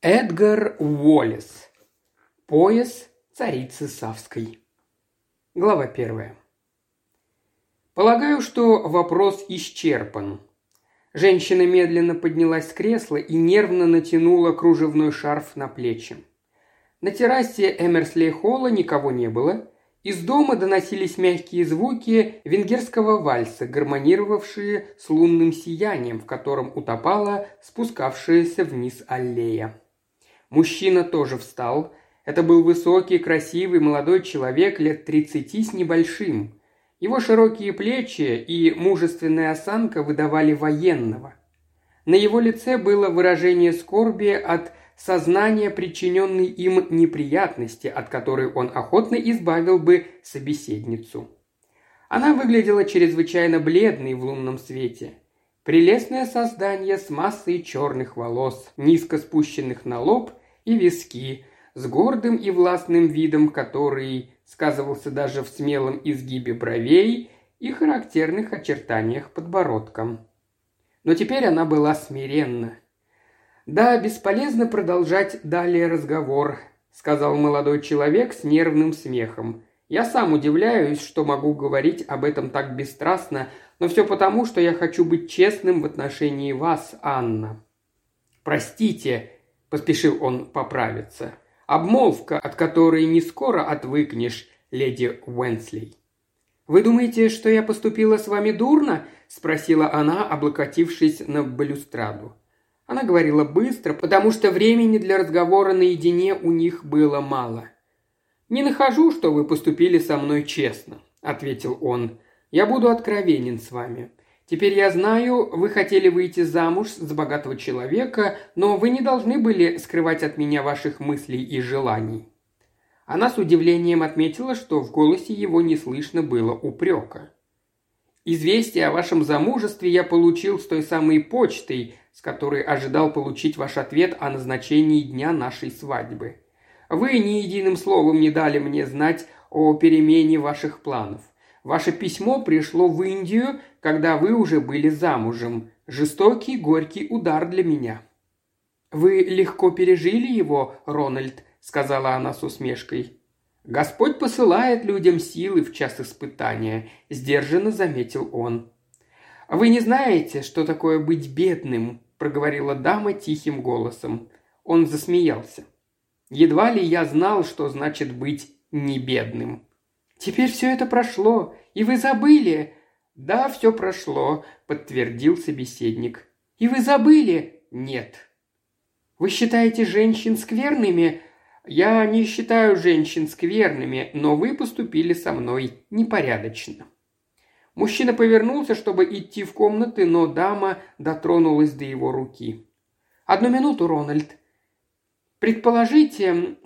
Эдгар Уоллес. Пояс царицы Савской. Глава 1. Полагаю, что вопрос исчерпан. Женщина медленно поднялась с кресла и нервно натянула кружевной шарф на плечи. На террасе Эмерсли-холла никого не было. Из дома доносились мягкие звуки венгерского вальса, гармонировавшие с лунным сиянием, в котором утопала спускавшаяся вниз аллея. Мужчина тоже встал. Это был высокий, красивый, молодой человек лет 30 с небольшим. Его широкие плечи и мужественная осанка выдавали военного. На его лице было выражение скорби от сознания причиненной им неприятности, от которой он охотно избавил бы собеседницу. Она выглядела чрезвычайно бледной в лунном свете. Прелестное создание с массой черных волос, низко спущенных на лоб и виски, с гордым и властным видом, который сказывался даже в смелом изгибе бровей и характерных очертаниях подбородка. Но теперь она была смиренна. «Да, бесполезно продолжать далее разговор», – сказал молодой человек с нервным смехом. «Я сам удивляюсь, что могу говорить об этом так бесстрастно, но все потому, что я хочу быть честным в отношении вас, Анна». «Простите», – поспешил он поправиться, – «обмолвка, от которой не скоро отвыкнешь, леди Уэнсли». «Вы думаете, что я поступила с вами дурно?» – спросила она, облокотившись на балюстраду. Она говорила быстро, потому что времени для разговора наедине у них было мало. «Не нахожу, что вы поступили со мной честно», – ответил он. «Я буду откровенен с вами. Теперь я знаю, вы хотели выйти замуж за богатого человека, но вы не должны были скрывать от меня ваших мыслей и желаний». Она с удивлением отметила, что в голосе его не слышно было упрека. «Известие о вашем замужестве я получил с той самой почтой, с которой ожидал получить ваш ответ о назначении дня нашей свадьбы. Вы ни единым словом не дали мне знать о перемене ваших планов. Ваше письмо пришло в Индию, когда вы уже были замужем. Жестокий, горький удар для меня». «Вы легко пережили его, Рональд», — сказала она с усмешкой. «Господь посылает людям силы в час испытания», — сдержанно заметил он. «Вы не знаете, что такое быть бедным», — проговорила дама тихим голосом. Он засмеялся. «Едва ли я знал, что значит быть не бедным». «Теперь все это прошло, и вы забыли?» «Да, все прошло», — подтвердил собеседник. «И вы забыли?» «Нет». «Вы считаете женщин скверными?» «Я не считаю женщин скверными, но вы поступили со мной непорядочно». Мужчина повернулся, чтобы идти в комнаты, но дама дотронулась до его руки. «Одну минуту, Рональд. Предположите...»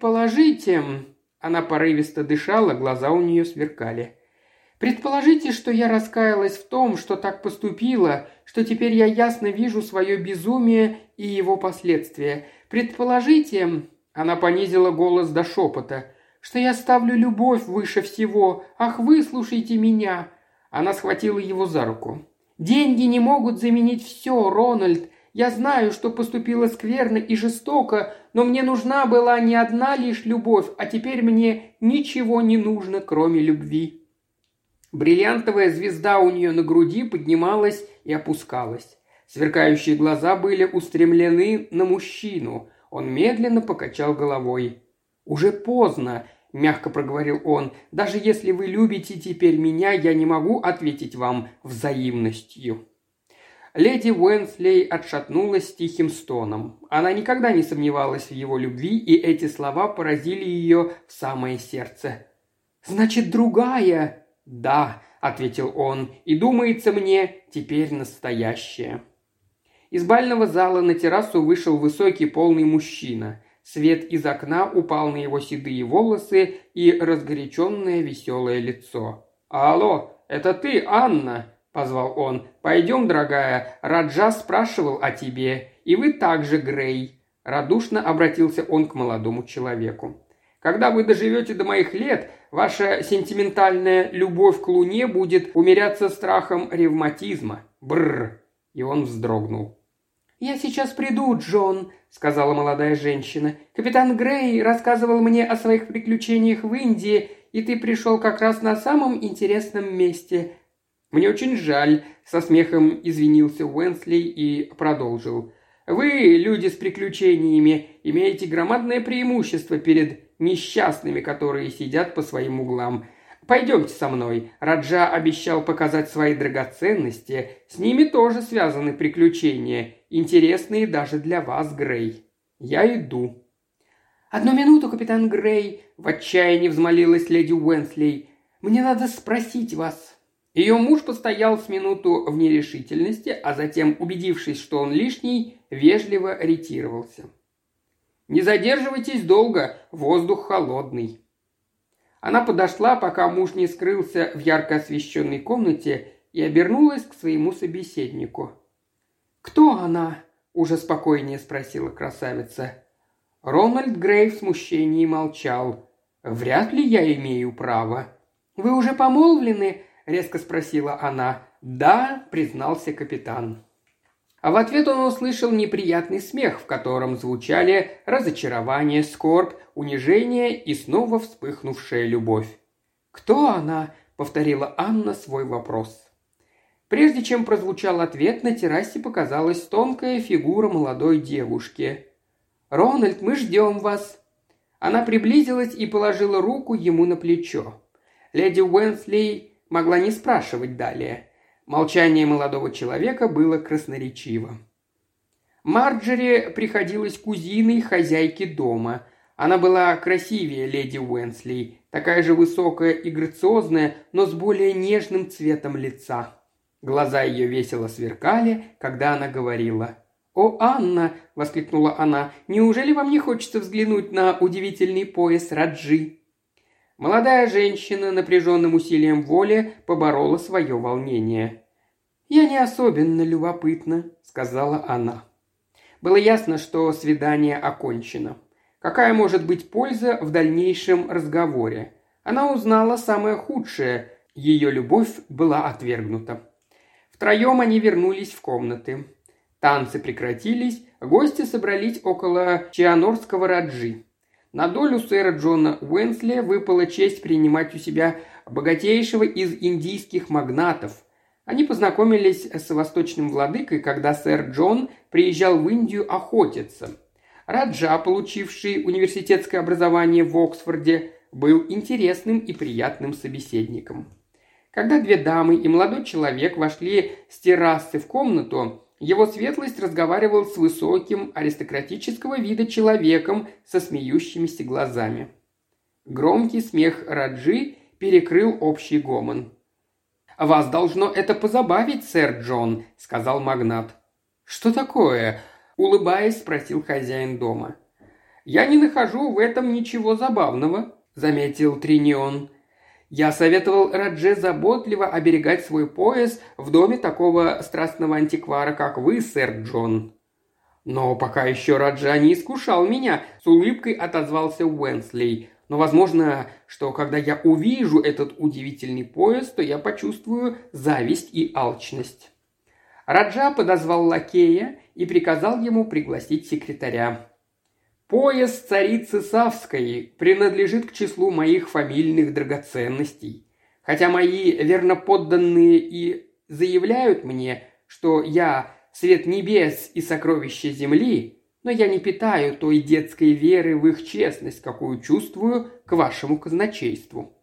Она порывисто дышала, глаза у нее сверкали. «Предположите, что я раскаялась в том, что так поступила, что теперь я ясно вижу свое безумие и его последствия. Предположите...» Она понизила голос до шепота. «Что я ставлю любовь выше всего. Ах, выслушайте меня!» Она схватила его за руку. «Деньги не могут заменить все, Рональд. Я знаю, что поступила скверно и жестоко, но мне нужна была не одна лишь любовь, а теперь мне ничего не нужно, кроме любви». Бриллиантовая звезда у нее на груди поднималась и опускалась. Сверкающие глаза были устремлены на мужчину. Он медленно покачал головой. «Уже поздно», – мягко проговорил он. «Даже если вы любите теперь меня, я не могу ответить вам взаимностью». Леди Уэнсли отшатнулась с тихим стоном. Она никогда не сомневалась в его любви, и эти слова поразили ее в самое сердце. «Значит, другая?» «Да», – ответил он, – «и думается мне, теперь настоящая». Из бального зала на террасу вышел высокий полный мужчина. Свет из окна упал на его седые волосы и разгоряченное веселое лицо. «Алло, это ты, Анна?» – позвал он. «Пойдем, дорогая, Раджа спрашивал о тебе. И вы также, Грей». Радушно обратился он к молодому человеку. «Когда вы доживете до моих лет, ваша сентиментальная любовь к луне будет умеряться страхом ревматизма. Бррр!» И он вздрогнул. «Я сейчас приду, Джон», — сказала молодая женщина. «Капитан Грей рассказывал мне о своих приключениях в Индии, и ты пришел как раз на самом интересном месте». «Мне очень жаль», — со смехом извинился Уэнсли и продолжил. «Вы, люди с приключениями, имеете громадное преимущество перед несчастными, которые сидят по своим углам. Пойдемте со мной. Раджа обещал показать свои драгоценности. С ними тоже связаны приключения, интересные даже для вас, Грей. Я иду». «Одну минуту, капитан Грей», – в отчаянии взмолилась леди Уэнсли. «Мне надо спросить вас». Ее муж постоял с минуту в нерешительности, а затем, убедившись, что он лишний, вежливо ретировался. «Не задерживайтесь долго, воздух холодный». Она подошла, пока муж не скрылся в ярко освещенной комнате, и обернулась к своему собеседнику. «Кто она?» – уже спокойнее спросила красавица. Рональд Грей в смущении молчал. «Вряд ли я имею право». «Вы уже помолвлены?» – резко спросила она. «Да», – признался капитан. А в ответ он услышал неприятный смех, в котором звучали разочарование, скорбь, унижение и снова вспыхнувшая любовь. «Кто она?» – повторила Анна свой вопрос. Прежде чем прозвучал ответ, на террасе показалась тонкая фигура молодой девушки. «Рональд, мы ждем вас!» Она приблизилась и положила руку ему на плечо. Леди Уэнсли могла не спрашивать далее. Молчание молодого человека было красноречиво. Марджери приходилась кузиной хозяйки дома. Она была красивее леди Уэнсли, такая же высокая и грациозная, но с более нежным цветом лица. Глаза ее весело сверкали, когда она говорила. «О, Анна!» – воскликнула она. «Неужели вам не хочется взглянуть на удивительный пояс Раджи?» Молодая женщина напряженным усилием воли поборола свое волнение. «Я не особенно любопытна», – сказала она. Было ясно, что свидание окончено. Какая может быть польза в дальнейшем разговоре? Она узнала самое худшее – ее любовь была отвергнута. Втроем они вернулись в комнаты. Танцы прекратились, гости собрались около чианорского Раджи. На долю сэра Джона Уэнсли выпала честь принимать у себя богатейшего из индийских магнатов. Они познакомились с восточным владыкой, когда сэр Джон приезжал в Индию охотиться. Раджа, получивший университетское образование в Оксфорде, был интересным и приятным собеседником. Когда две дамы и молодой человек вошли с террасы в комнату, его светлость разговаривал с высоким, аристократического вида человеком со смеющимися глазами. Громкий смех Раджи перекрыл общий гомон. «Вас должно это позабавить, сэр Джон», – сказал магнат. «Что такое?» – улыбаясь, спросил хозяин дома. «Я не нахожу в этом ничего забавного», – заметил Тринион. «Я советовал Радже заботливо оберегать свой пояс в доме такого страстного антиквара, как вы, сэр Джон». «Но пока еще Раджа не искушал меня», – с улыбкой отозвался Уэнсли. «Но возможно, что когда я увижу этот удивительный пояс, то я почувствую зависть и алчность». Раджа подозвал лакея и приказал ему пригласить секретаря. «Пояс царицы Савской принадлежит к числу моих фамильных драгоценностей. Хотя мои верноподданные и заявляют мне, что я свет небес и сокровище земли, но я не питаю той детской веры в их честность, какую чувствую к вашему казначейству».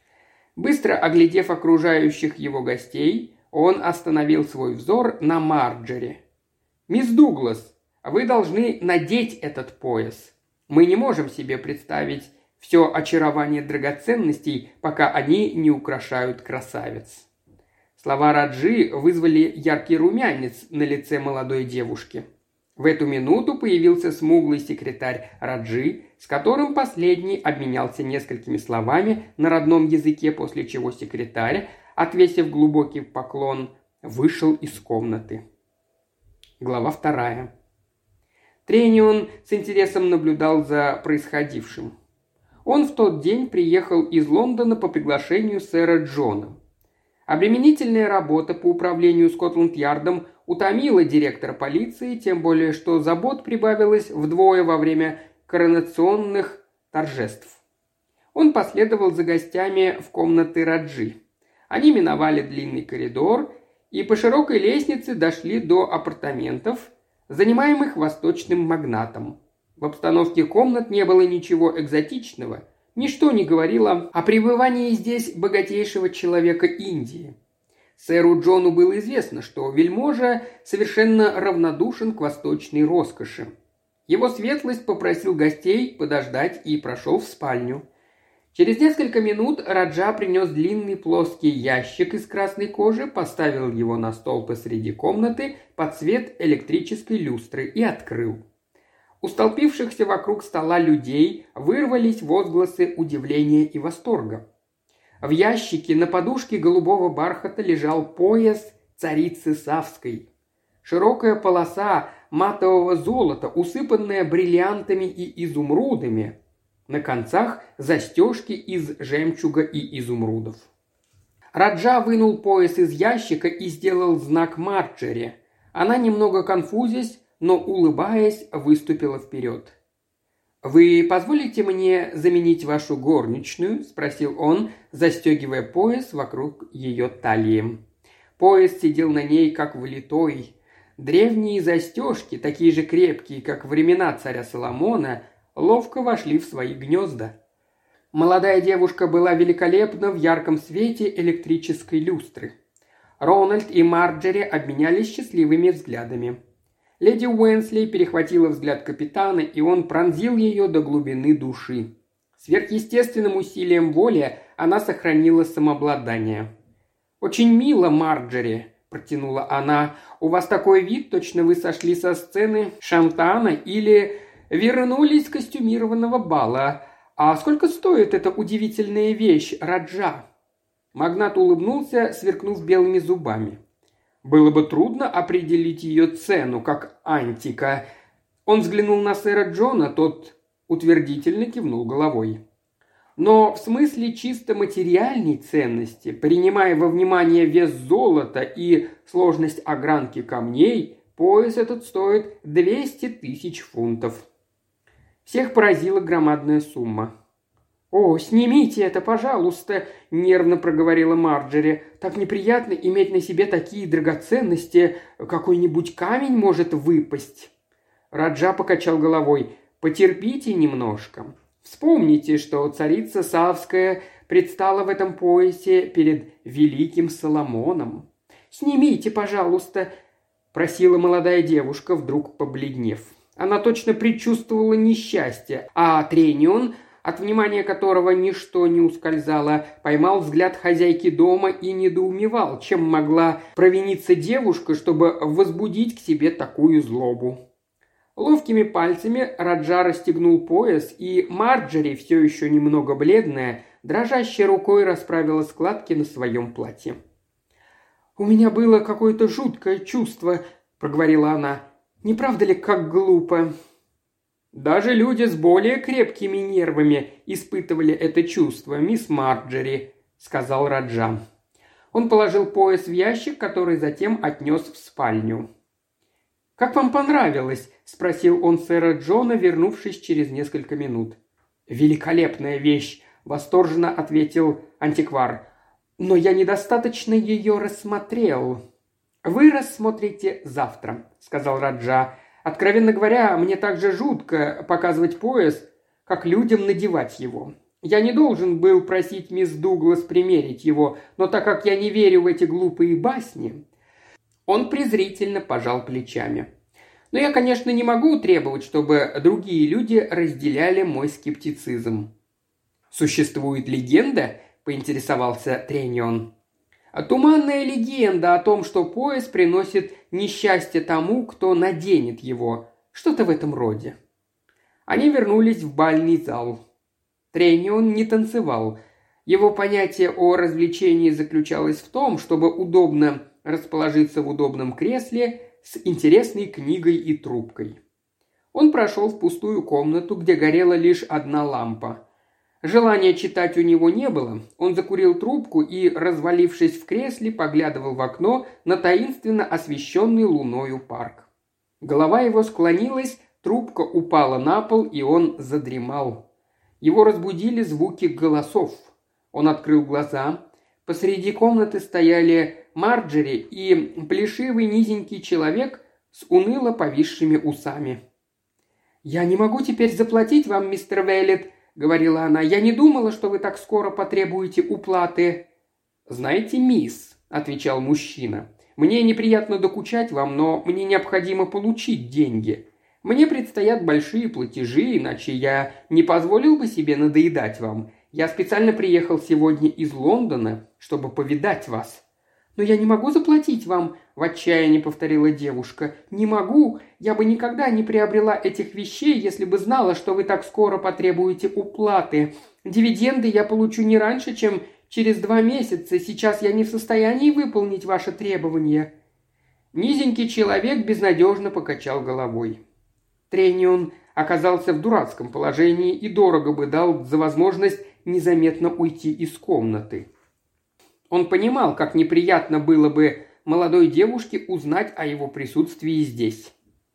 Быстро оглядев окружающих его гостей, он остановил свой взор на Марджери. «Мисс Дуглас, вы должны надеть этот пояс. Мы не можем себе представить все очарование драгоценностей, пока они не украшают красавиц». Слова Раджи вызвали яркий румянец на лице молодой девушки. В эту минуту появился смуглый секретарь Раджи, с которым последний обменялся несколькими словами на родном языке, после чего секретарь, отвесив глубокий поклон, вышел из комнаты. Глава 2. Тренион с интересом наблюдал за происходившим. Он в тот день приехал из Лондона по приглашению сэра Джона. Обременительная работа по управлению Скотланд-Ярдом утомило директора полиции, тем более что забот прибавилось вдвое во время коронационных торжеств. Он последовал за гостями в комнаты Раджи. Они миновали длинный коридор и по широкой лестнице дошли до апартаментов, занимаемых восточным магнатом. В обстановке комнат не было ничего экзотичного, ничто не говорило о пребывании здесь богатейшего человека Индии. Сэру Джону было известно, что вельможа совершенно равнодушен к восточной роскоши. Его светлость попросил гостей подождать и прошел в спальню. Через несколько минут Раджа принес длинный плоский ящик из красной кожи, поставил его на стол посреди комнаты под свет электрической люстры и открыл. У столпившихся вокруг стола людей вырвались возгласы удивления и восторга. В ящике на подушке голубого бархата лежал пояс царицы Савской. Широкая полоса матового золота, усыпанная бриллиантами и изумрудами. На концах застежки из жемчуга и изумрудов. Раджа вынул пояс из ящика и сделал знак Марджери. Она, немного конфузясь, но улыбаясь, выступила вперед. «Вы позволите мне заменить вашу горничную?» – спросил он, застегивая пояс вокруг ее талии. Пояс сидел на ней, как влитой. Древние застежки, такие же крепкие, как времена царя Соломона, ловко вошли в свои гнезда. Молодая девушка была великолепна в ярком свете электрической люстры. Рональд и Марджери обменялись счастливыми взглядами. Леди Уэнсли перехватила взгляд капитана, и он пронзил ее до глубины души. Сверхъестественным усилием воли она сохранила самообладание. «Очень мило, Марджери», – протянула она. «У вас такой вид, точно вы сошли со сцены Шантана или вернулись с костюмированного бала. А сколько стоит эта удивительная вещь, Раджа?» Магнат улыбнулся, сверкнув белыми зубами. «Было бы трудно определить ее цену, как антика». Он взглянул на сэра Джона, тот утвердительно кивнул головой. «Но в смысле чисто материальной ценности, принимая во внимание вес золота и сложность огранки камней, пояс этот стоит 200 тысяч фунтов». Всех поразила громадная сумма. «О, снимите это, пожалуйста», – нервно проговорила Марджери. «Так неприятно иметь на себе такие драгоценности. Какой-нибудь камень может выпасть». Раджа покачал головой. «Потерпите немножко. Вспомните, что царица Савская предстала в этом поясе перед великим Соломоном». «Снимите, пожалуйста», – просила молодая девушка, вдруг побледнев. Она точно предчувствовала несчастье, а Тренион, от внимания которого ничто не ускользало, поймал взгляд хозяйки дома и недоумевал, чем могла провиниться девушка, чтобы возбудить к себе такую злобу. Ловкими пальцами Раджа расстегнул пояс, и Марджери, все еще немного бледная, дрожащей рукой расправила складки на своем платье. «У меня было какое-то жуткое чувство», – проговорила она. «Не правда ли, как глупо?» «Даже люди с более крепкими нервами испытывали это чувство, мисс Марджери», – сказал Раджа. Он положил пояс в ящик, который затем отнес в спальню. «Как вам понравилось?» – спросил он сэра Джона, вернувшись через несколько минут. «Великолепная вещь!» – восторженно ответил антиквар. «Но я недостаточно ее рассмотрел». «Вы рассмотрите завтра», – сказал Раджа. «Откровенно говоря, мне так же жутко показывать пояс, как людям надевать его. Я не должен был просить мисс Дуглас примерить его, но так как я не верю в эти глупые басни...» Он презрительно пожал плечами. «Но я, конечно, не могу требовать, чтобы другие люди разделяли мой скептицизм». «Существует легенда?» – поинтересовался Тренион. «Туманная легенда о том, что пояс приносит несчастье тому, кто наденет его. Что-то в этом роде». Они вернулись в бальный зал. Тренион не танцевал. Его понятие о развлечении заключалось в том, чтобы удобно расположиться в удобном кресле с интересной книгой и трубкой. Он прошел в пустую комнату, где горела лишь одна лампа. Желания читать у него не было. Он закурил трубку и, развалившись в кресле, поглядывал в окно на таинственно освещенный луною парк. Голова его склонилась, трубка упала на пол, и он задремал. Его разбудили звуки голосов. Он открыл глаза. Посреди комнаты стояли Марджери и плешивый низенький человек с уныло повисшими усами. «Я не могу теперь заплатить вам, мистер Вейлет», — говорила она. «Я не думала, что вы так скоро потребуете уплаты». «Знаете, мисс», — отвечал мужчина, — «мне неприятно докучать вам, но мне необходимо получить деньги. Мне предстоят большие платежи, иначе я не позволил бы себе надоедать вам. Я специально приехал сегодня из Лондона, чтобы повидать вас». «Но я не могу заплатить вам», – в отчаянии повторила девушка. «Не могу. Я бы никогда не приобрела этих вещей, если бы знала, что вы так скоро потребуете уплаты. Дивиденды я получу не раньше, чем через 2 месяца. Сейчас я не в состоянии выполнить ваше требование». Низенький человек безнадежно покачал головой. Тренион оказался в дурацком положении и дорого бы дал за возможность незаметно уйти из комнаты. Он понимал, как неприятно было бы молодой девушке узнать о его присутствии здесь.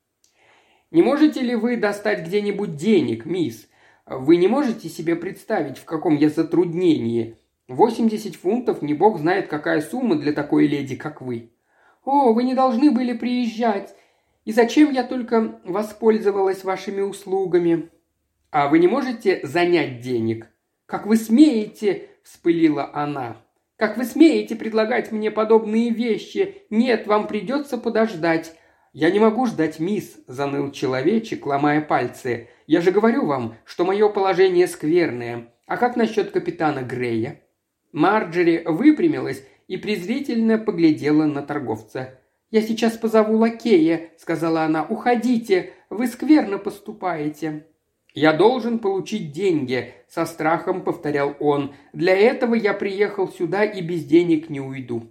«Не можете ли вы достать где-нибудь денег, мисс? Вы не можете себе представить, в каком я затруднении. 80 фунтов, не бог знает, какая сумма для такой леди, как вы». «О, вы не должны были приезжать. И зачем я только воспользовалась вашими услугами?» «А вы не можете занять денег?» «Как вы смеете?» – вспылила она. «Как вы смеете предлагать мне подобные вещи? Нет, вам придется подождать». «Я не могу ждать, мисс», – заныл человечек, ломая пальцы. «Я же говорю вам, что мое положение скверное. А как насчет капитана Грея?» Марджери выпрямилась и презрительно поглядела на торговца. «Я сейчас позову лакея», – сказала она. «Уходите, вы скверно поступаете». «Я должен получить деньги», – со страхом повторял он. «Для этого я приехал сюда и без денег не уйду».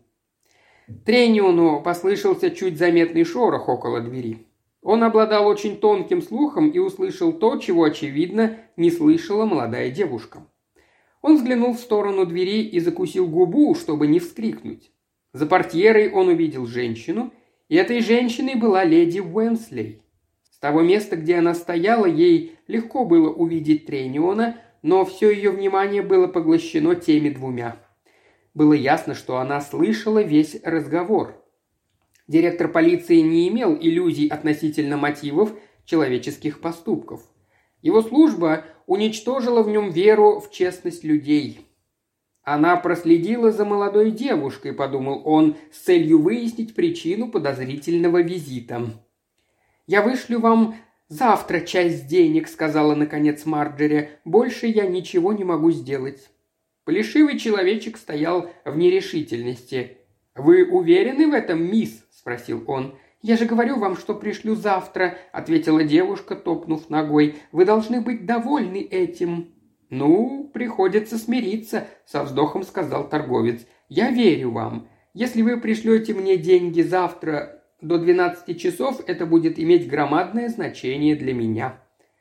Трениону послышался чуть заметный шорох около двери. Он обладал очень тонким слухом и услышал то, чего, очевидно, не слышала молодая девушка. Он взглянул в сторону двери и закусил губу, чтобы не вскрикнуть. За портьерой он увидел женщину, и этой женщиной была леди Уэнслей. С того места, где она стояла, ей легко было увидеть Трениона, но все ее внимание было поглощено теми двумя. Было ясно, что она слышала весь разговор. Директор полиции не имел иллюзий относительно мотивов человеческих поступков. Его служба уничтожила в нем веру в честность людей. «Она проследила за молодой девушкой», – подумал он, с целью выяснить причину подозрительного визита. «Я вышлю вам завтра часть денег», – сказала наконец Марджери. «Больше я ничего не могу сделать». Плешивый человечек стоял в нерешительности. «Вы уверены в этом, мисс?» – спросил он. «Я же говорю вам, что пришлю завтра», – ответила девушка, топнув ногой. «Вы должны быть довольны этим». «Ну, приходится смириться», – со вздохом сказал торговец. «Я верю вам. Если вы пришлете мне деньги завтра до 12 часов, это будет иметь громадное значение для меня».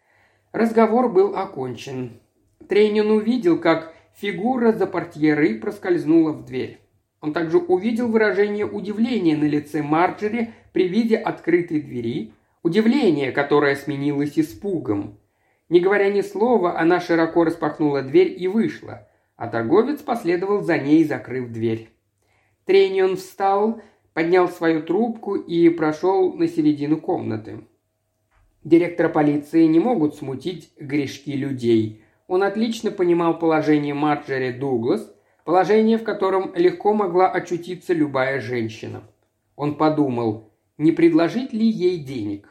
Разговор был окончен. Тренин увидел, как фигура за портьерой проскользнула в дверь. Он также увидел выражение удивления на лице Марджери при виде открытой двери, удивление, которое сменилось испугом. Не говоря ни слова, она широко распахнула дверь и вышла, а торговец последовал за ней, закрыв дверь. Тренион встал, поднял свою трубку и прошел на середину комнаты. Директора полиции не могут смутить грешки людей. Он отлично понимал положение Марджери Дуглас, положение, в котором легко могла очутиться любая женщина. Он подумал, не предложить ли ей денег.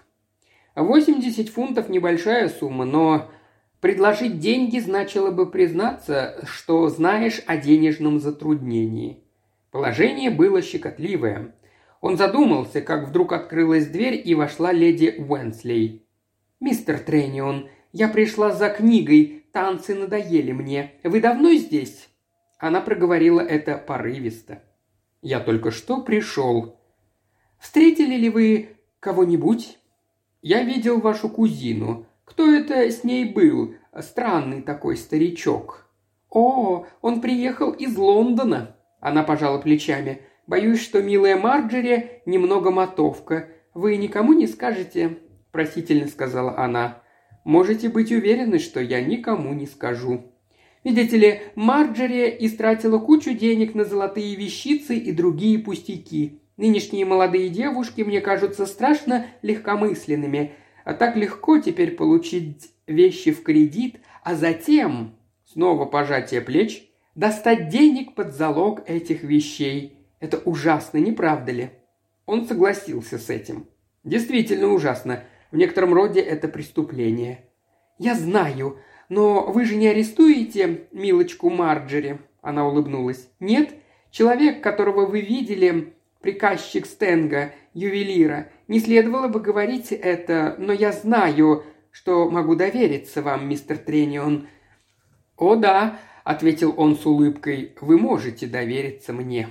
80 фунтов – небольшая сумма, но предложить деньги значило бы признаться, что знаешь о денежном затруднении. Положение было щекотливое. Он задумался, как вдруг открылась дверь и вошла леди Уэнслей. «Мистер Тренион, я пришла за книгой, танцы надоели мне. Вы давно здесь?» Она проговорила это порывисто. «Я только что пришел». «Встретили ли вы кого-нибудь?» «Я видел вашу кузину. Кто это с ней был? Странный такой старичок». «О, он приехал из Лондона», – она пожала плечами. «Боюсь, что милая Марджери немного мотовка. Вы никому не скажете?» – просительно сказала она. «Можете быть уверены, что я никому не скажу». Видите ли, Марджери истратила кучу денег на золотые вещицы и другие пустяки. Нынешние молодые девушки мне кажутся страшно легкомысленными. А так легко теперь получить вещи в кредит, а затем, снова пожатие плеч, достать денег под залог этих вещей. Это ужасно, не правда ли? Он согласился с этим. Действительно ужасно. В некотором роде это преступление. «Я знаю, но вы же не арестуете милочку Марджери?» Она улыбнулась. «Нет? Человек, которого вы видели, приказчик Стенга, ювелира, не следовало бы говорить это, но я знаю, что могу довериться вам, мистер Тренион». «О да», – ответил он с улыбкой, – «вы можете довериться мне».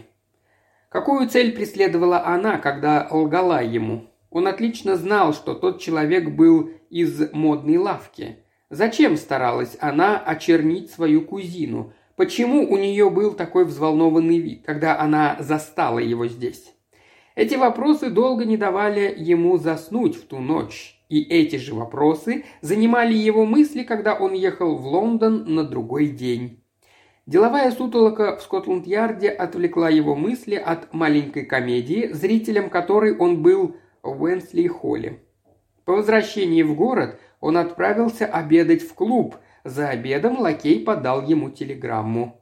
Какую цель преследовала она, когда лгала ему? Он отлично знал, что тот человек был из модной лавки. Зачем старалась она очернить свою кузину? Почему у нее был такой взволнованный вид, когда она застала его здесь? Эти вопросы долго не давали ему заснуть в ту ночь. И эти же вопросы занимали его мысли, когда он ехал в Лондон на другой день. Деловая сутолока в Скотланд-Ярде отвлекла его мысли от маленькой комедии, зрителем которой он был в Уэнсли-Холле. По возвращении в город он отправился обедать в клуб. За обедом лакей подал ему телеграмму.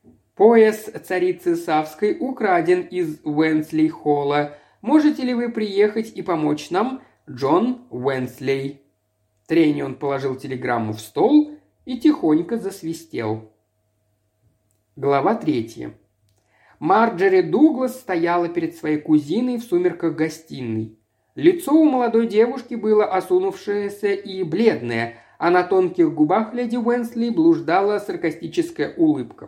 «Пояс царицы Савской украден из Уэнсли-Холла. Можете ли вы приехать и помочь нам, Джон Уэнсли?» Тренион положил телеграмму в стол и тихонько засвистел. Глава 3. Марджери Дуглас стояла перед своей кузиной в сумерках гостиной. Лицо у молодой девушки было осунувшееся и бледное, а на тонких губах леди Уэнсли блуждала саркастическая улыбка.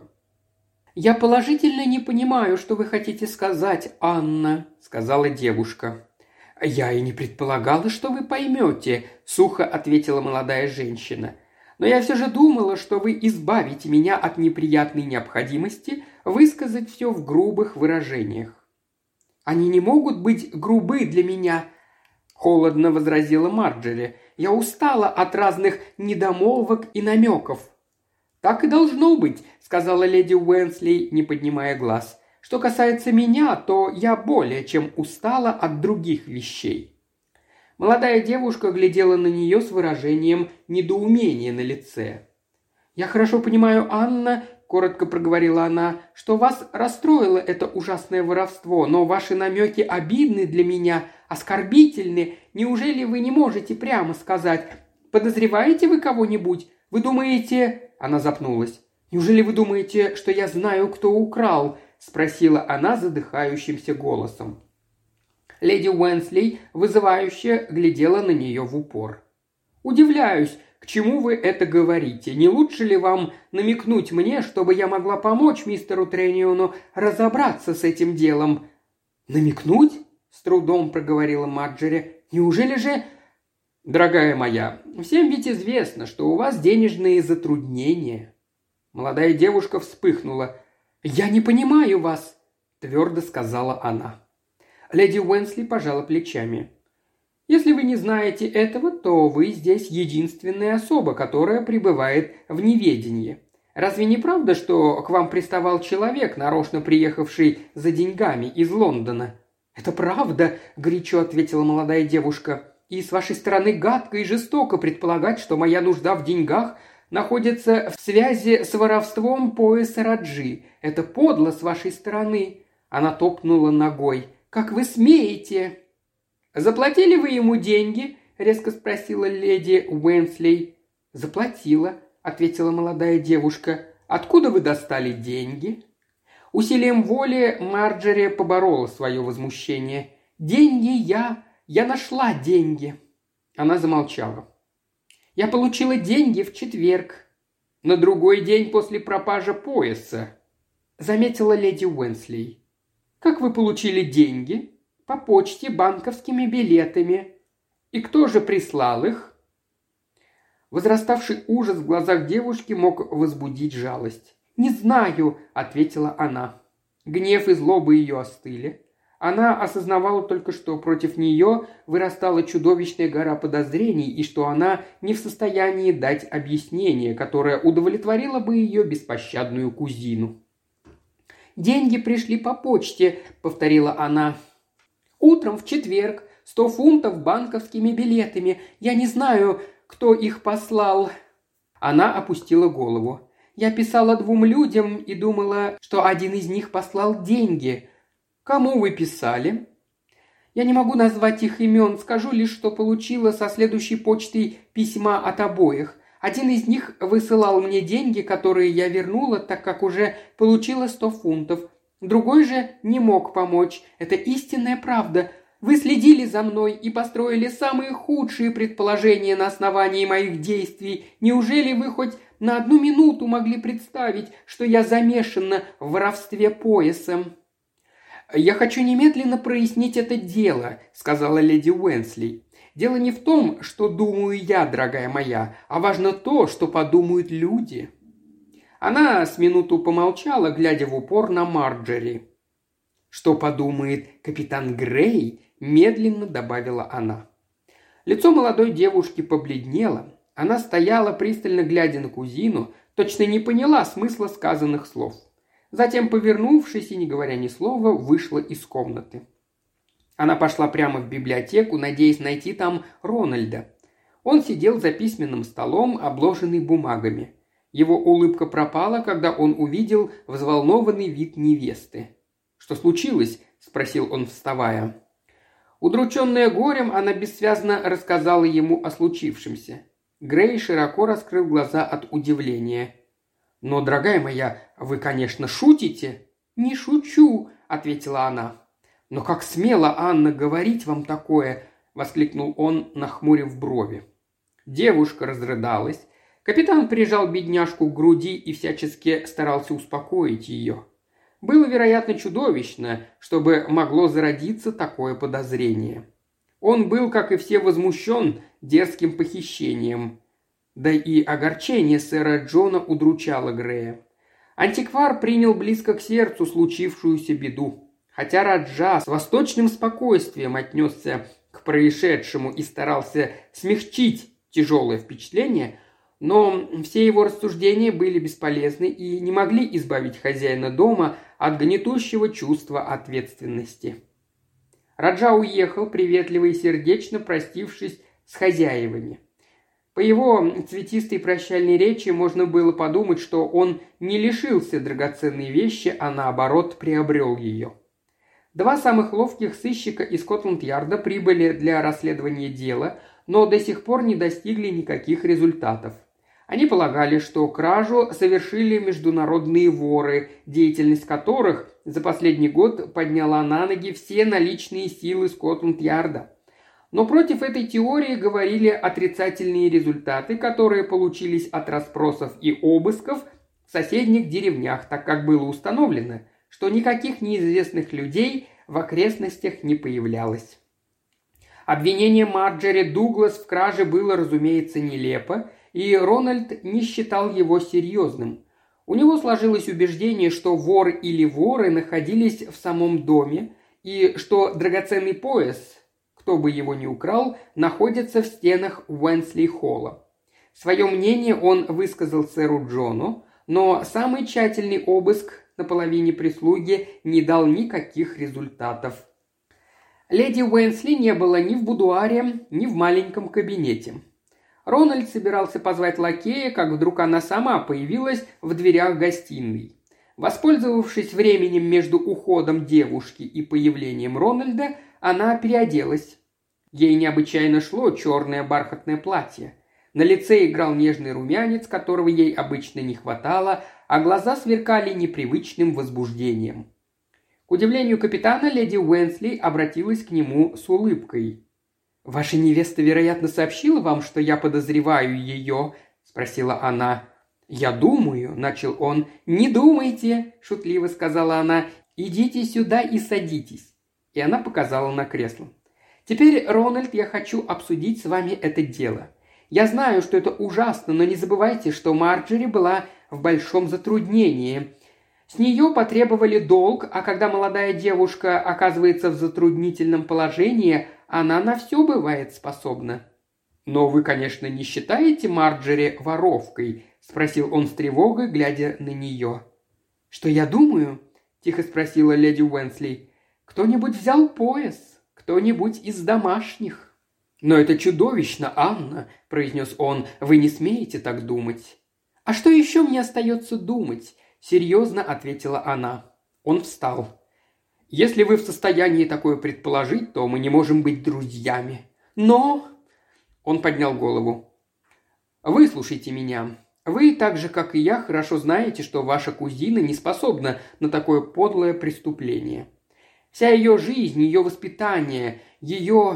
«Я положительно не понимаю, что вы хотите сказать, Анна», – сказала девушка. «Я и не предполагала, что вы поймете», – сухо ответила молодая женщина. «Но я все же думала, что вы избавите меня от неприятной необходимости высказать все в грубых выражениях». «Они не могут быть грубы для меня», – холодно возразила Марджери. «Я устала от разных недомолвок и намеков». «Так и должно быть», – сказала леди Уэнсли, не поднимая глаз. «Что касается меня, то я более чем устала от других вещей». Молодая девушка глядела на нее с выражением недоумения на лице. «Я хорошо понимаю, Анна», – коротко проговорила она, – «что вас расстроило это ужасное воровство, но ваши намеки обидны для меня, оскорбительны. Неужели вы не можете прямо сказать? Подозреваете вы кого-нибудь? Вы думаете...» Она запнулась. «Неужели вы думаете, что я знаю, кто украл?» – спросила она задыхающимся голосом. Леди Уэнсли вызывающе глядела на нее в упор. «Удивляюсь, к чему вы это говорите? Не лучше ли вам намекнуть мне, чтобы я могла помочь мистеру Трениону разобраться с этим делом?» «Намекнуть?» – с трудом проговорила Марджери. «Неужели же...» «Дорогая моя, всем ведь известно, что у вас денежные затруднения». Молодая девушка вспыхнула. «Я не понимаю вас», – твердо сказала она. Леди Уэнсли пожала плечами. «Если вы не знаете этого, то вы здесь единственная особа, которая пребывает в неведении. Разве не правда, что к вам приставал человек, нарочно приехавший за деньгами из Лондона?» «Это правда», – горячо ответила молодая девушка. «И с вашей стороны гадко и жестоко предполагать, что моя нужда в деньгах находится в связи с воровством пояса Раджи. Это подло с вашей стороны». Она топнула ногой. «Как вы смеете?» «Заплатили вы ему деньги?» – резко спросила леди Уэнсли. «Заплатила», – ответила молодая девушка. «Откуда вы достали деньги?» Усилием воли Марджери поборола свое возмущение. «Деньги я нашла деньги». Она замолчала. «Я получила деньги в четверг, на другой день после пропажи пояса», – заметила леди Уэнсли. «Как вы получили деньги?» «По почте, банковскими билетами». «И кто же прислал их?» Возраставший ужас в глазах девушки мог возбудить жалость. «Не знаю», – ответила она. Гнев и злоба ее остыли. Она осознавала только, что против нее вырастала чудовищная гора подозрений и что она не в состоянии дать объяснение, которое удовлетворило бы ее беспощадную кузину. «Деньги пришли по почте», – повторила она. «Утром в четверг 100 фунтов банковскими билетами. Я не знаю, кто их послал». Она опустила голову. «Я писала 2 людям и думала, что один из них послал деньги». «Кому вы писали?» «Я не могу назвать их имен, скажу лишь, что получила со следующей почтой письма от обоих. Один из них высылал мне деньги, которые я вернула, так как уже получила 100 фунтов. Другой же не мог помочь. Это истинная правда. Вы следили за мной и построили самые худшие предположения на основании моих действий. Неужели вы хоть на 1 минуту могли представить, что я замешана в воровстве пояса?» «Я хочу немедленно прояснить это дело», – сказала леди Уэнсли. «Дело не в том, что думаю я, дорогая моя, а важно то, что подумают люди». Она с минуту помолчала, глядя в упор на Марджери. «Что подумает капитан Грей?» – медленно добавила она. Лицо молодой девушки побледнело. Она стояла, пристально глядя на кузину, точно не поняла смысла сказанных слов. Затем, повернувшись и не говоря ни слова, вышла из комнаты. Она пошла прямо в библиотеку, надеясь найти там Рональда. Он сидел за письменным столом, обложенный бумагами. Его улыбка пропала, когда он увидел взволнованный вид невесты. «Что случилось?» – спросил он, вставая. Удрученная горем, она бессвязно рассказала ему о случившемся. Грей широко раскрыл глаза от удивления. «Но, дорогая моя, вы, конечно, шутите?» «Не шучу», – ответила она. «Но как смело, Анна, говорить вам такое?» – воскликнул он, нахмурив брови. Девушка разрыдалась. Капитан прижал бедняжку к груди и всячески старался успокоить ее. Было, вероятно, чудовищно, чтобы могло зародиться такое подозрение. Он был, как и все, возмущен дерзким похищением. Да и огорчение сэра Джона удручало Грея. Антиквар принял близко к сердцу случившуюся беду. Хотя Раджа с восточным спокойствием отнесся к происшедшему и старался смягчить тяжелое впечатление, но все его рассуждения были бесполезны и не могли избавить хозяина дома от гнетущего чувства ответственности. Раджа уехал, приветливо и сердечно простившись с хозяевами. По его цветистой прощальной речи можно было подумать, что он не лишился драгоценной вещи, а наоборот приобрел ее. 2 самых ловких сыщика из Скотланд-Ярда прибыли для расследования дела, но до сих пор не достигли никаких результатов. Они полагали, что кражу совершили международные воры, деятельность которых за последний год подняла на ноги все наличные силы Скотланд-Ярда. Но против этой теории говорили отрицательные результаты, которые получились от расспросов и обысков в соседних деревнях, так как было установлено, что никаких неизвестных людей в окрестностях не появлялось. Обвинение Марджери Дуглас в краже было, разумеется, нелепо, и Рональд не считал его серьезным. У него сложилось убеждение, что вор или воры находились в самом доме, и что драгоценный пояс, кто бы его ни украл, находится в стенах Уэнсли-холла. Свое мнение он высказал сэру Джону, но самый тщательный обыск на половине прислуги не дал никаких результатов. Леди Уэнсли не было ни в будуаре, ни в маленьком кабинете. Рональд собирался позвать лакея, как вдруг она сама появилась в дверях гостиной. Воспользовавшись временем между уходом девушки и появлением Рональда, она переоделась. Ей необычайно шло черное бархатное платье. На лице играл нежный румянец, которого ей обычно не хватало, а глаза сверкали непривычным возбуждением. К удивлению капитана, леди Уэнсли обратилась к нему с улыбкой. «Ваша невеста, вероятно, сообщила вам, что я подозреваю ее?» – спросила она. «Я думаю», – начал он. «Не думайте», – шутливо сказала она. «Идите сюда и садитесь». И она показала на кресло. «Теперь, Рональд, я хочу обсудить с вами это дело. Я знаю, что это ужасно, но не забывайте, что Марджери была в большом затруднении. С нее потребовали долг, а когда молодая девушка оказывается в затруднительном положении, она на все бывает способна». «Но вы, конечно, не считаете Марджери воровкой?» – спросил он с тревогой, глядя на нее. «Что я думаю?» – тихо спросила леди Уэнсли. «Кто-нибудь взял пояс, кто-нибудь из домашних». «Но это чудовищно, Анна», – произнес он, – «вы не смеете так думать». «А что еще мне остается думать?» – серьезно ответила она. Он встал. «Если вы в состоянии такое предположить, то мы не можем быть друзьями. Но...» Он поднял голову. «Выслушайте меня. Вы, так же, как и я, хорошо знаете, что ваша кузина не способна на такое подлое преступление. Вся ее жизнь, ее воспитание, ее...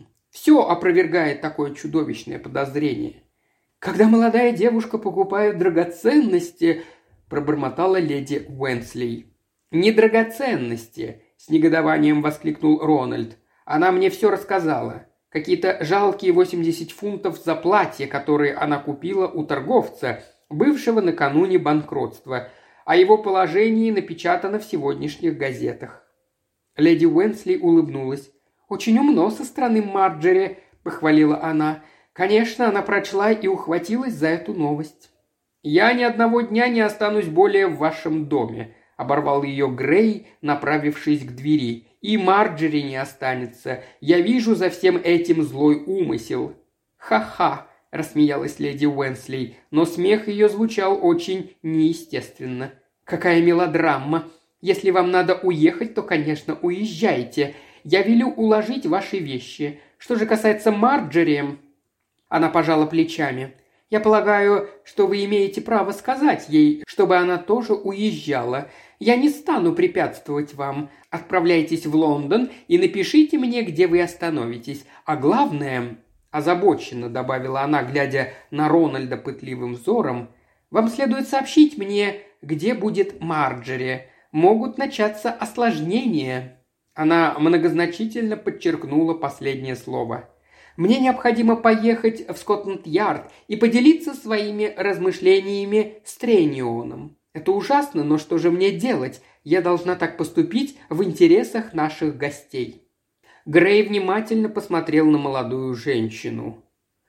все опровергает такое чудовищное подозрение. Когда молодая девушка покупает драгоценности, пробормотала леди Уэнсли. «Не драгоценности!» – с негодованием воскликнул Рональд. «Она мне все рассказала. Какие-то жалкие 80 фунтов за платье, которые она купила у торговца, бывшего накануне банкротства. О его положении напечатано в сегодняшних газетах». Леди Уэнсли улыбнулась. «Очень умно со стороны Марджери», – похвалила она. «Конечно, она прочла и ухватилась за эту новость». «Я ни одного дня не останусь более в вашем доме», – оборвал ее Грей, направившись к двери. «И Марджери не останется. Я вижу за всем этим злой умысел». «Ха-ха», – рассмеялась леди Уэнсли, но смех ее звучал очень неестественно. «Какая мелодрама! Если вам надо уехать, то, конечно, уезжайте. Я велю уложить ваши вещи. Что же касается Марджери...» Она пожала плечами. «Я полагаю, что вы имеете право сказать ей, чтобы она тоже уезжала. Я не стану препятствовать вам. Отправляйтесь в Лондон и напишите мне, где вы остановитесь. А главное, озабоченно добавила она, глядя на Рональда пытливым взором, вам следует сообщить мне, где будет Марджери. Могут начаться осложнения». Она многозначительно подчеркнула последнее слово. «Мне необходимо поехать в Скотланд-Ярд и поделиться своими размышлениями с Тренионом. Это ужасно, но что же мне делать? Я должна так поступить в интересах наших гостей». Грей внимательно посмотрел на молодую женщину.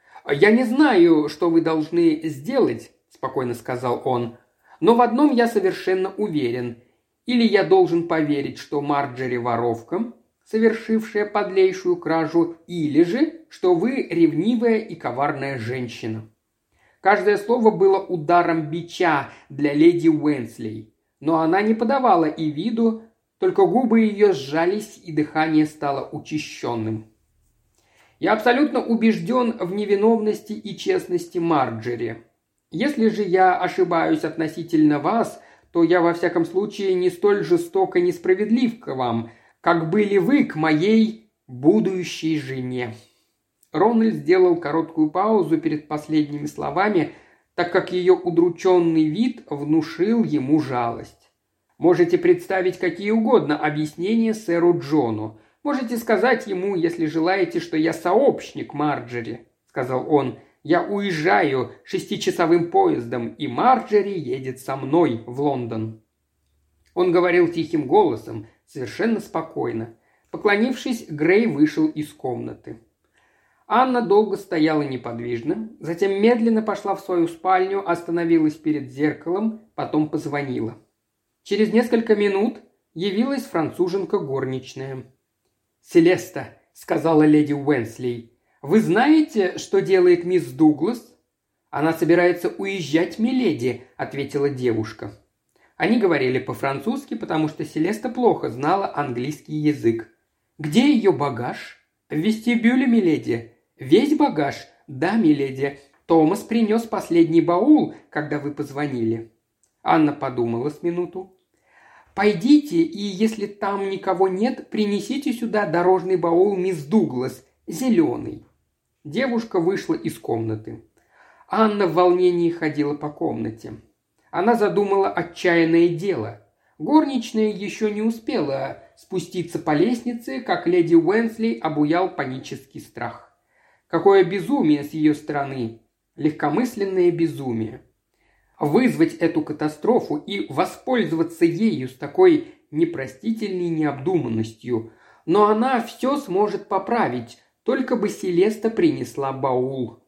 «Я не знаю, что вы должны сделать», – спокойно сказал он, – «но в одном я совершенно уверен. Или я должен поверить, что Марджери воровка, совершившая подлейшую кражу, или же, что вы ревнивая и коварная женщина». Каждое слово было ударом бича для леди Уэнсли, но она не подавала и виду, только губы ее сжались и дыхание стало учащенным. «Я абсолютно убежден в невиновности и честности Марджери. Если же я ошибаюсь относительно вас, то я во всяком случае не столь жестоко несправедлив к вам, как были вы к моей будущей жене». Рональд сделал короткую паузу перед последними словами, так как ее удрученный вид внушил ему жалость. «Можете представить какие угодно объяснения сэру Джону. Можете сказать ему, если желаете, что я сообщник Марджери», – сказал он. «Я уезжаю 6-часовым поездом, и Марджери едет со мной в Лондон». Он говорил тихим голосом, совершенно спокойно. Поклонившись, Грей вышел из комнаты. Анна долго стояла неподвижно, затем медленно пошла в свою спальню, остановилась перед зеркалом, потом позвонила. Через несколько минут явилась француженка горничная. «Селеста», — сказала леди Уэнсли, — «вы знаете, что делает мисс Дуглас?» «Она собирается уезжать, миледи», — ответила девушка. Они говорили по-французски, потому что Селеста плохо знала английский язык. «Где ее багаж?» «В вестибюле, миледи». «Весь багаж?» «Да, миледи. Томас принес последний баул, когда вы позвонили». Анна подумала с минуту. «Пойдите, и если там никого нет, принесите сюда дорожный баул мисс Дуглас, зеленый». Девушка вышла из комнаты. Анна в волнении ходила по комнате. Она задумала отчаянное дело. Горничная еще не успела спуститься по лестнице, как леди Уэнсли обуял панический страх. Какое безумие с ее стороны! Легкомысленное безумие! Вызвать эту катастрофу и воспользоваться ею с такой непростительной необдуманностью. Но она все сможет поправить, только бы Селеста принесла баул.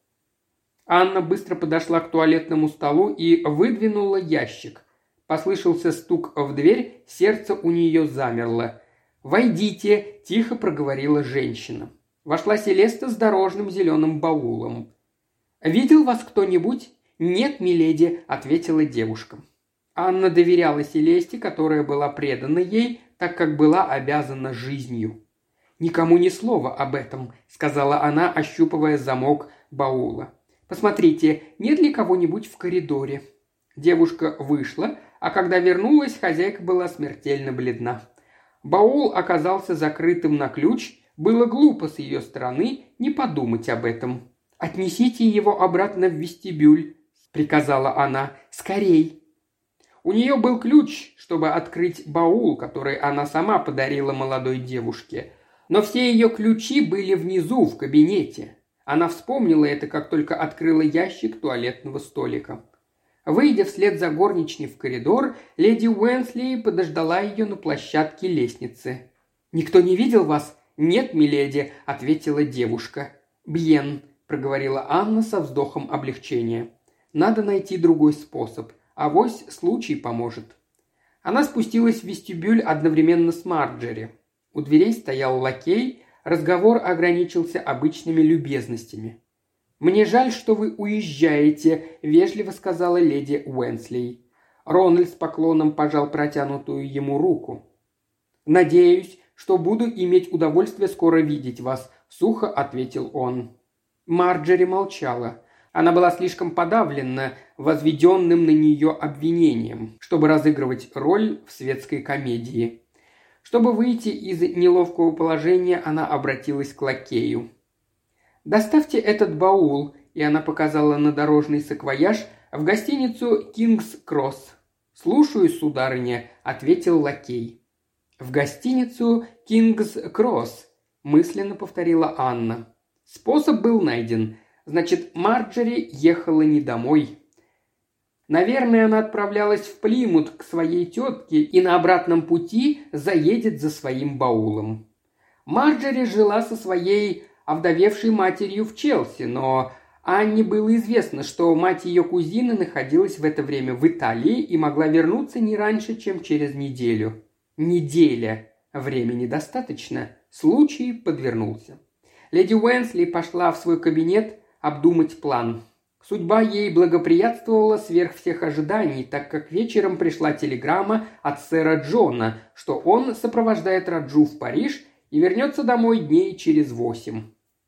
Анна быстро подошла к туалетному столу и выдвинула ящик. Послышался стук в дверь, сердце у нее замерло. «Войдите», – тихо проговорила женщина. Вошла Селеста с дорожным зеленым баулом. «Видел вас кто-нибудь?» «Нет, миледи», – ответила девушка. Анна доверяла Селесте, которая была предана ей, так как была обязана жизнью. «Никому ни слова об этом», – сказала она, ощупывая замок баула. «Посмотрите, нет ли кого-нибудь в коридоре?» Девушка вышла, а когда вернулась, хозяйка была смертельно бледна. Баул оказался закрытым на ключ, было глупо с ее стороны не подумать об этом. «Отнесите его обратно в вестибюль», – приказала она. «Скорей!» У нее был ключ, чтобы открыть баул, который она сама подарила молодой девушке. Но все ее ключи были внизу, в кабинете. Она вспомнила это, как только открыла ящик туалетного столика. Выйдя вслед за горничной в коридор, леди Уэнсли подождала ее на площадке лестницы. «Никто не видел вас?» «Нет, миледи», – ответила девушка. «Бьен», – проговорила Анна со вздохом облегчения. «Надо найти другой способ. Авось случай поможет». Она спустилась в вестибюль одновременно с Марджери. У дверей стоял лакей, разговор ограничился обычными любезностями. «Мне жаль, что вы уезжаете», – вежливо сказала леди Уэнсли. Рональд с поклоном пожал протянутую ему руку. «Надеюсь, что буду иметь удовольствие скоро видеть вас», – сухо ответил он. Марджери молчала. Она была слишком подавлена возведенным на нее обвинением, чтобы разыгрывать роль в светской комедии. Чтобы выйти из неловкого положения, она обратилась к лакею. «Доставьте этот баул», и она показала на дорожный саквояж, в гостиницу «Кингс-Кросс». «Слушаюсь, сударыня», – ответил лакей. «В гостиницу «Кингс-Кросс», – мысленно повторила Анна. Способ был найден. Значит, Марджери ехала не домой. Наверное, она отправлялась в Плимут к своей тетке и на обратном пути заедет за своим баулом. Марджери жила со своей овдовевшей матерью в Челси, но Анне было известно, что мать ее кузины находилась в это время в Италии и могла вернуться не раньше, чем через неделю. Неделя. Времени достаточно. Случай подвернулся. Леди Уэнсли пошла в свой кабинет обдумать план. Судьба ей благоприятствовала сверх всех ожиданий, так как вечером пришла телеграмма от сэра Джона, что он сопровождает Раджу в Париж и вернется домой дней через 8.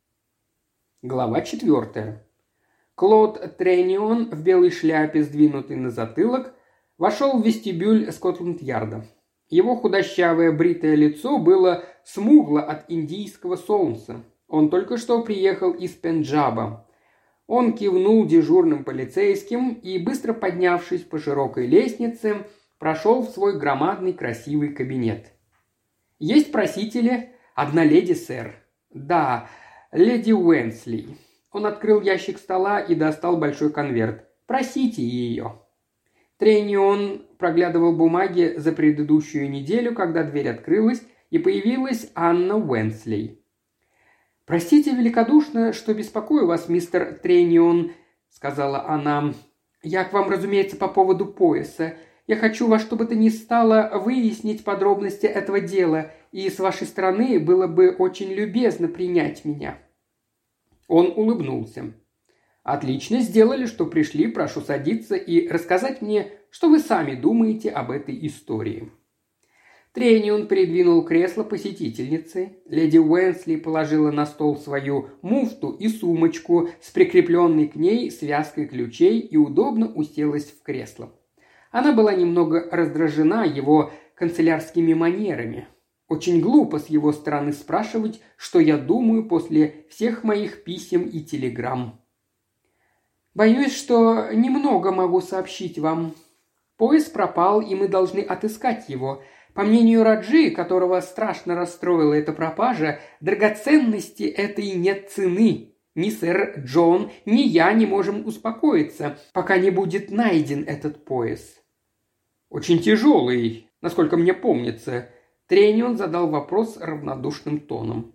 Глава 4. Клод Тренион в белой шляпе, сдвинутой на затылок, вошел в вестибюль Скотланд-Ярда. Его худощавое бритое лицо было смугло от индийского солнца. Он только что приехал из Пенджаба. Он кивнул дежурным полицейским и, быстро поднявшись по широкой лестнице, прошел в свой громадный красивый кабинет. «Есть просители?» «Одна леди, сэр». «Да, леди Уэнсли». Он открыл ящик стола и достал большой конверт. «Просите ее». Тренион проглядывал бумаги за предыдущую неделю, когда дверь открылась, и появилась Анна Уэнсли. «Простите великодушно, что беспокою вас, мистер Тренион», – сказала она. «Я к вам, разумеется, по поводу пояса. Я хочу во что бы то ни стало выяснить подробности этого дела, и с вашей стороны было бы очень любезно принять меня». Он улыбнулся. «Отлично сделали, что пришли, прошу садиться и рассказать мне, что вы сами думаете об этой истории». Тренион придвинул кресло посетительницы. Леди Уэнсли положила на стол свою муфту и сумочку с прикрепленной к ней связкой ключей и удобно уселась в кресло. Она была немного раздражена его канцелярскими манерами. Очень глупо с его стороны спрашивать, что я думаю после всех моих писем и телеграмм. «Боюсь, что немного могу сообщить вам. Пояс пропал, и мы должны отыскать его. По мнению Раджи, которого страшно расстроила эта пропажа, драгоценности этой нет цены. Ни сэр Джон, ни я не можем успокоиться, пока не будет найден этот пояс». «Очень тяжелый, насколько мне помнится». Тренион задал вопрос равнодушным тоном.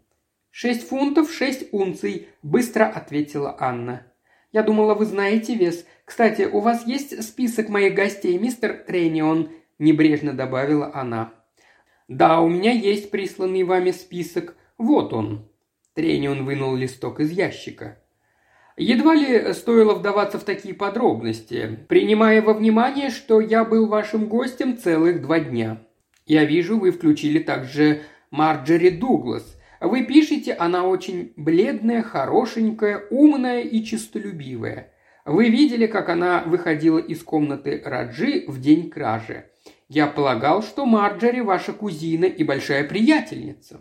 6 фунтов 6 унций», – быстро ответила Анна. «Я думала, вы знаете вес. Кстати, у вас есть список моих гостей, мистер Тренион?» – небрежно добавила она. «Да, у меня есть присланный вами список. Вот он». Тренион вынул листок из ящика. «Едва ли стоило вдаваться в такие подробности, принимая во внимание, что я был вашим гостем целых 2 дня. Я вижу, вы включили также Марджери Дуглас. Вы пишете, она очень бледная, хорошенькая, умная и честолюбивая. Вы видели, как она выходила из комнаты Раджи в день кражи. Я полагал, что Марджери ваша кузина и большая приятельница».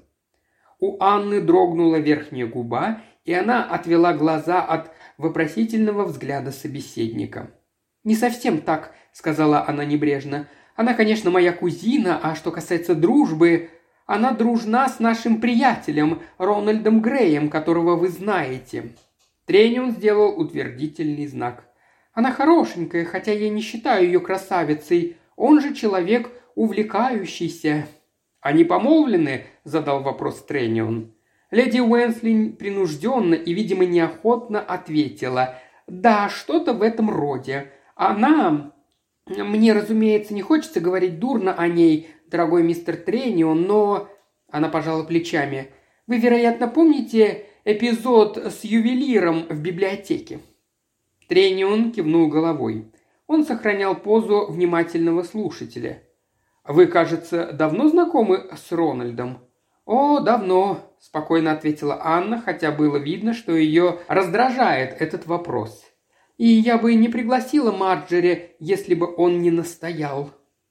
У Анны дрогнула верхняя губа, и она отвела глаза от вопросительного взгляда собеседника. «Не совсем так», — сказала она небрежно. «Она, конечно, моя кузина, а что касается дружбы, она дружна с нашим приятелем Рональдом Греем, которого вы знаете». Тренион сделал утвердительный знак. «Она хорошенькая, хотя я не считаю ее красавицей. Он же человек увлекающийся». «Они помолвлены?» – задал вопрос Тренион. Леди Уэнсли принужденно и, видимо, неохотно ответила. «Да, что-то в этом роде. Она... Мне, разумеется, не хочется говорить дурно о ней, дорогой мистер Тренион, но...» Она пожала плечами. «Вы, вероятно, помните эпизод с ювелиром в библиотеке?» Тренион кивнул головой. Он сохранял позу внимательного слушателя. «Вы, кажется, давно знакомы с Рональдом?» «О, давно», – спокойно ответила Анна, хотя было видно, что ее раздражает этот вопрос. «И я бы не пригласила Марджери, если бы он не настоял».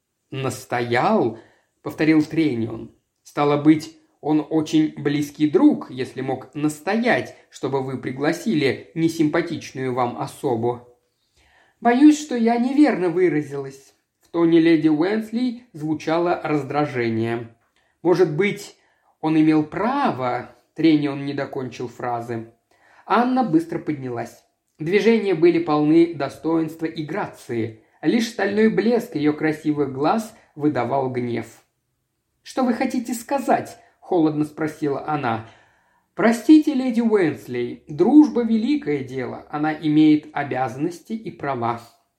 «Настоял?» – повторил Тренион. «Стало быть, он очень близкий друг, если мог настоять, чтобы вы пригласили несимпатичную вам особу». «Боюсь, что я неверно выразилась». В тоне леди Уэнсли звучало раздражение. «Может быть, он имел право?» Тренион не докончил фразы. Анна быстро поднялась. Движения были полны достоинства и грации. Лишь стальной блеск ее красивых глаз выдавал гнев. «Что вы хотите сказать?» – холодно спросила она. «Простите, леди Уэнсли, дружба – великое дело. Она имеет обязанности и права».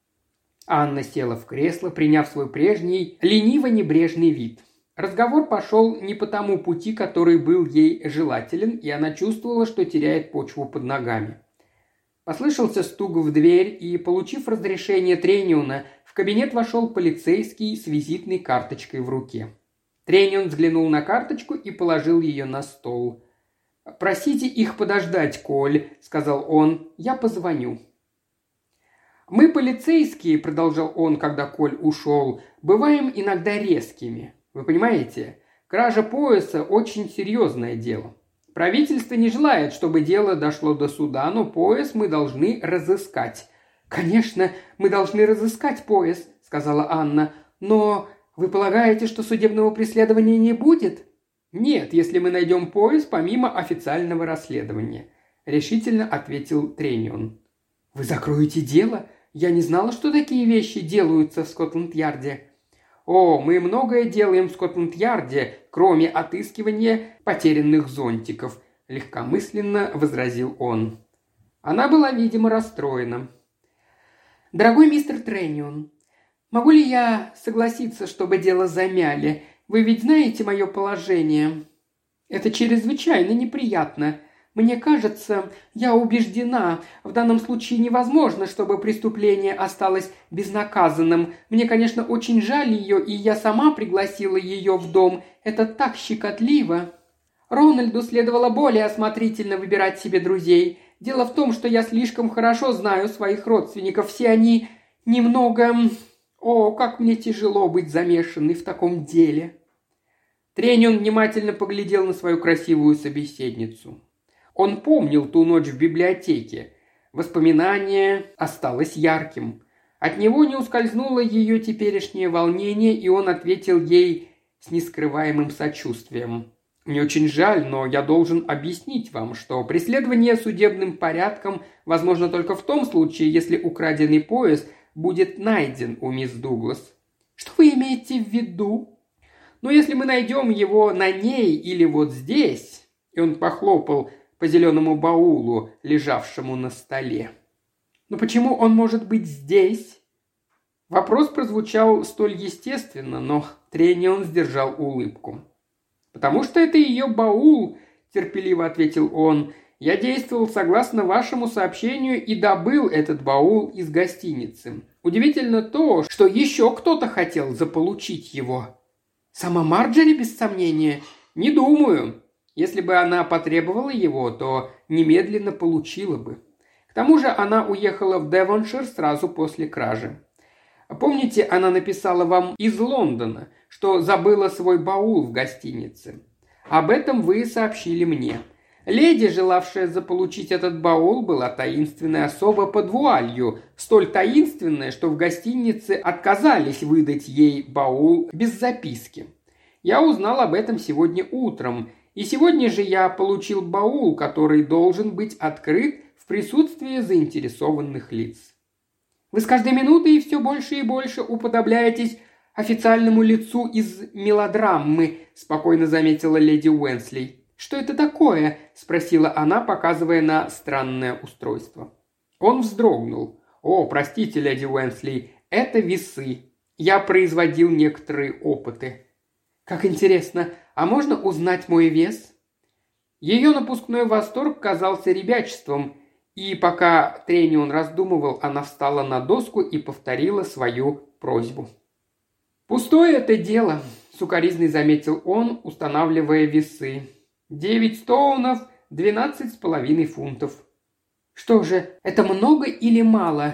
Анна села в кресло, приняв свой прежний лениво-небрежный вид. Разговор пошел не по тому пути, который был ей желателен, и она чувствовала, что теряет почву под ногами. Послышался стук в дверь, и, получив разрешение Трениона, в кабинет вошел полицейский с визитной карточкой в руке. Тренион взглянул на карточку и положил ее на стол. «Просите их подождать, Коль», — сказал он, — «я позвоню». «Мы, полицейские», — продолжал он, когда Коль ушел, — «бываем иногда резкими. Вы понимаете, кража пояса – очень серьезное дело. Правительство не желает, чтобы дело дошло до суда, но пояс мы должны разыскать». «Конечно, мы должны разыскать пояс», – сказала Анна. «Но вы полагаете, что судебного преследования не будет?» «Нет, если мы найдем пояс помимо официального расследования», – решительно ответил Тренион. «Вы закроете дело? Я не знала, что такие вещи делаются в Скотланд-Ярде». «О, мы многое делаем в Скотланд-Ярде, кроме отыскивания потерянных зонтиков», – легкомысленно возразил он. Она была, видимо, расстроена. «Дорогой мистер Тренион, могу ли я согласиться, чтобы дело замяли? Вы ведь знаете мое положение. Это чрезвычайно неприятно. Мне кажется, я убеждена, в данном случае невозможно, чтобы преступление осталось безнаказанным. Мне, конечно, очень жаль ее, и я сама пригласила ее в дом. Это так щекотливо. Рональду следовало более осмотрительно выбирать себе друзей. Дело в том, что я слишком хорошо знаю своих родственников. Все они немного... О, как мне тяжело быть замешанной в таком деле». Тренион внимательно поглядел на свою красивую собеседницу. Он помнил ту ночь в библиотеке. Воспоминание осталось ярким. От него не ускользнуло ее теперешнее волнение, и он ответил ей с нескрываемым сочувствием. Мне очень жаль, но я должен объяснить вам, что преследование судебным порядком возможно только в том случае, если украденный пояс будет найден у мисс Дуглас. Что вы имеете в виду? Ну, если мы найдем его на ней или вот здесь, и он похлопал по зеленому баулу, лежавшему на столе. Но почему он может быть здесь? Вопрос прозвучал столь естественно, но Тренион сдержал улыбку. «Потому что это ее баул», – терпеливо ответил он. «Я действовал согласно вашему сообщению и добыл этот баул из гостиницы. Удивительно то, что еще кто-то хотел заполучить его». «Сама Марджери, без сомнения?» «Не думаю. Если бы она потребовала его, то немедленно получила бы. К тому же она уехала в Девоншир сразу после кражи. Помните, она написала вам из Лондона, что забыла свой баул в гостинице? Об этом вы сообщили мне. Леди, желавшая заполучить этот баул, была таинственной особа под вуалью, столь таинственная, что в гостинице отказались выдать ей баул без записки. Я узнал об этом сегодня утром, и сегодня же я получил баул, который должен быть открыт в присутствии заинтересованных лиц». «Вы с каждой минутой все больше и больше уподобляетесь официальному лицу из мелодрамы», – спокойно заметила леди Уэнсли. «Что это такое?» – спросила она, показывая на странное устройство. Он вздрогнул. «О, простите, леди Уэнсли, это весы. Я производил некоторые опыты». «Как интересно, а можно узнать мой вес?» Ее напускной восторг казался ребячеством, и пока Тренион раздумывал, она встала на доску и повторила свою просьбу. «Пустое это дело», – сукоризной заметил он, устанавливая весы. 9 стоунов, 12,5 фунтов. «Что же, это много или мало?»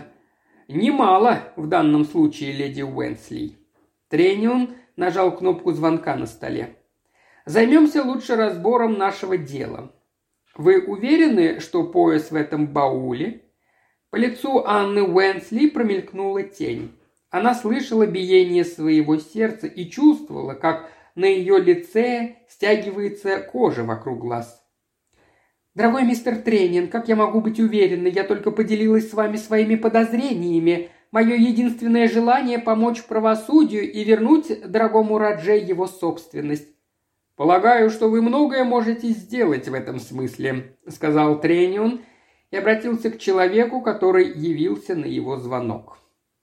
«Немало в данном случае, леди Уэнсли». Тренион нажал кнопку звонка на столе. «Займемся лучше разбором нашего дела. Вы уверены, что пояс в этом бауле?» По лицу Анны Уэнсли промелькнула тень. Она слышала биение своего сердца и чувствовала, как на ее лице стягивается кожа вокруг глаз. «Дорогой мистер Тренион, как я могу быть уверена? Я только поделилась с вами своими подозрениями. Мое единственное желание – помочь правосудию и вернуть дорогому Радже его собственность». «Полагаю, что вы многое можете сделать в этом смысле», – сказал Тренион и обратился к человеку, который явился на его звонок.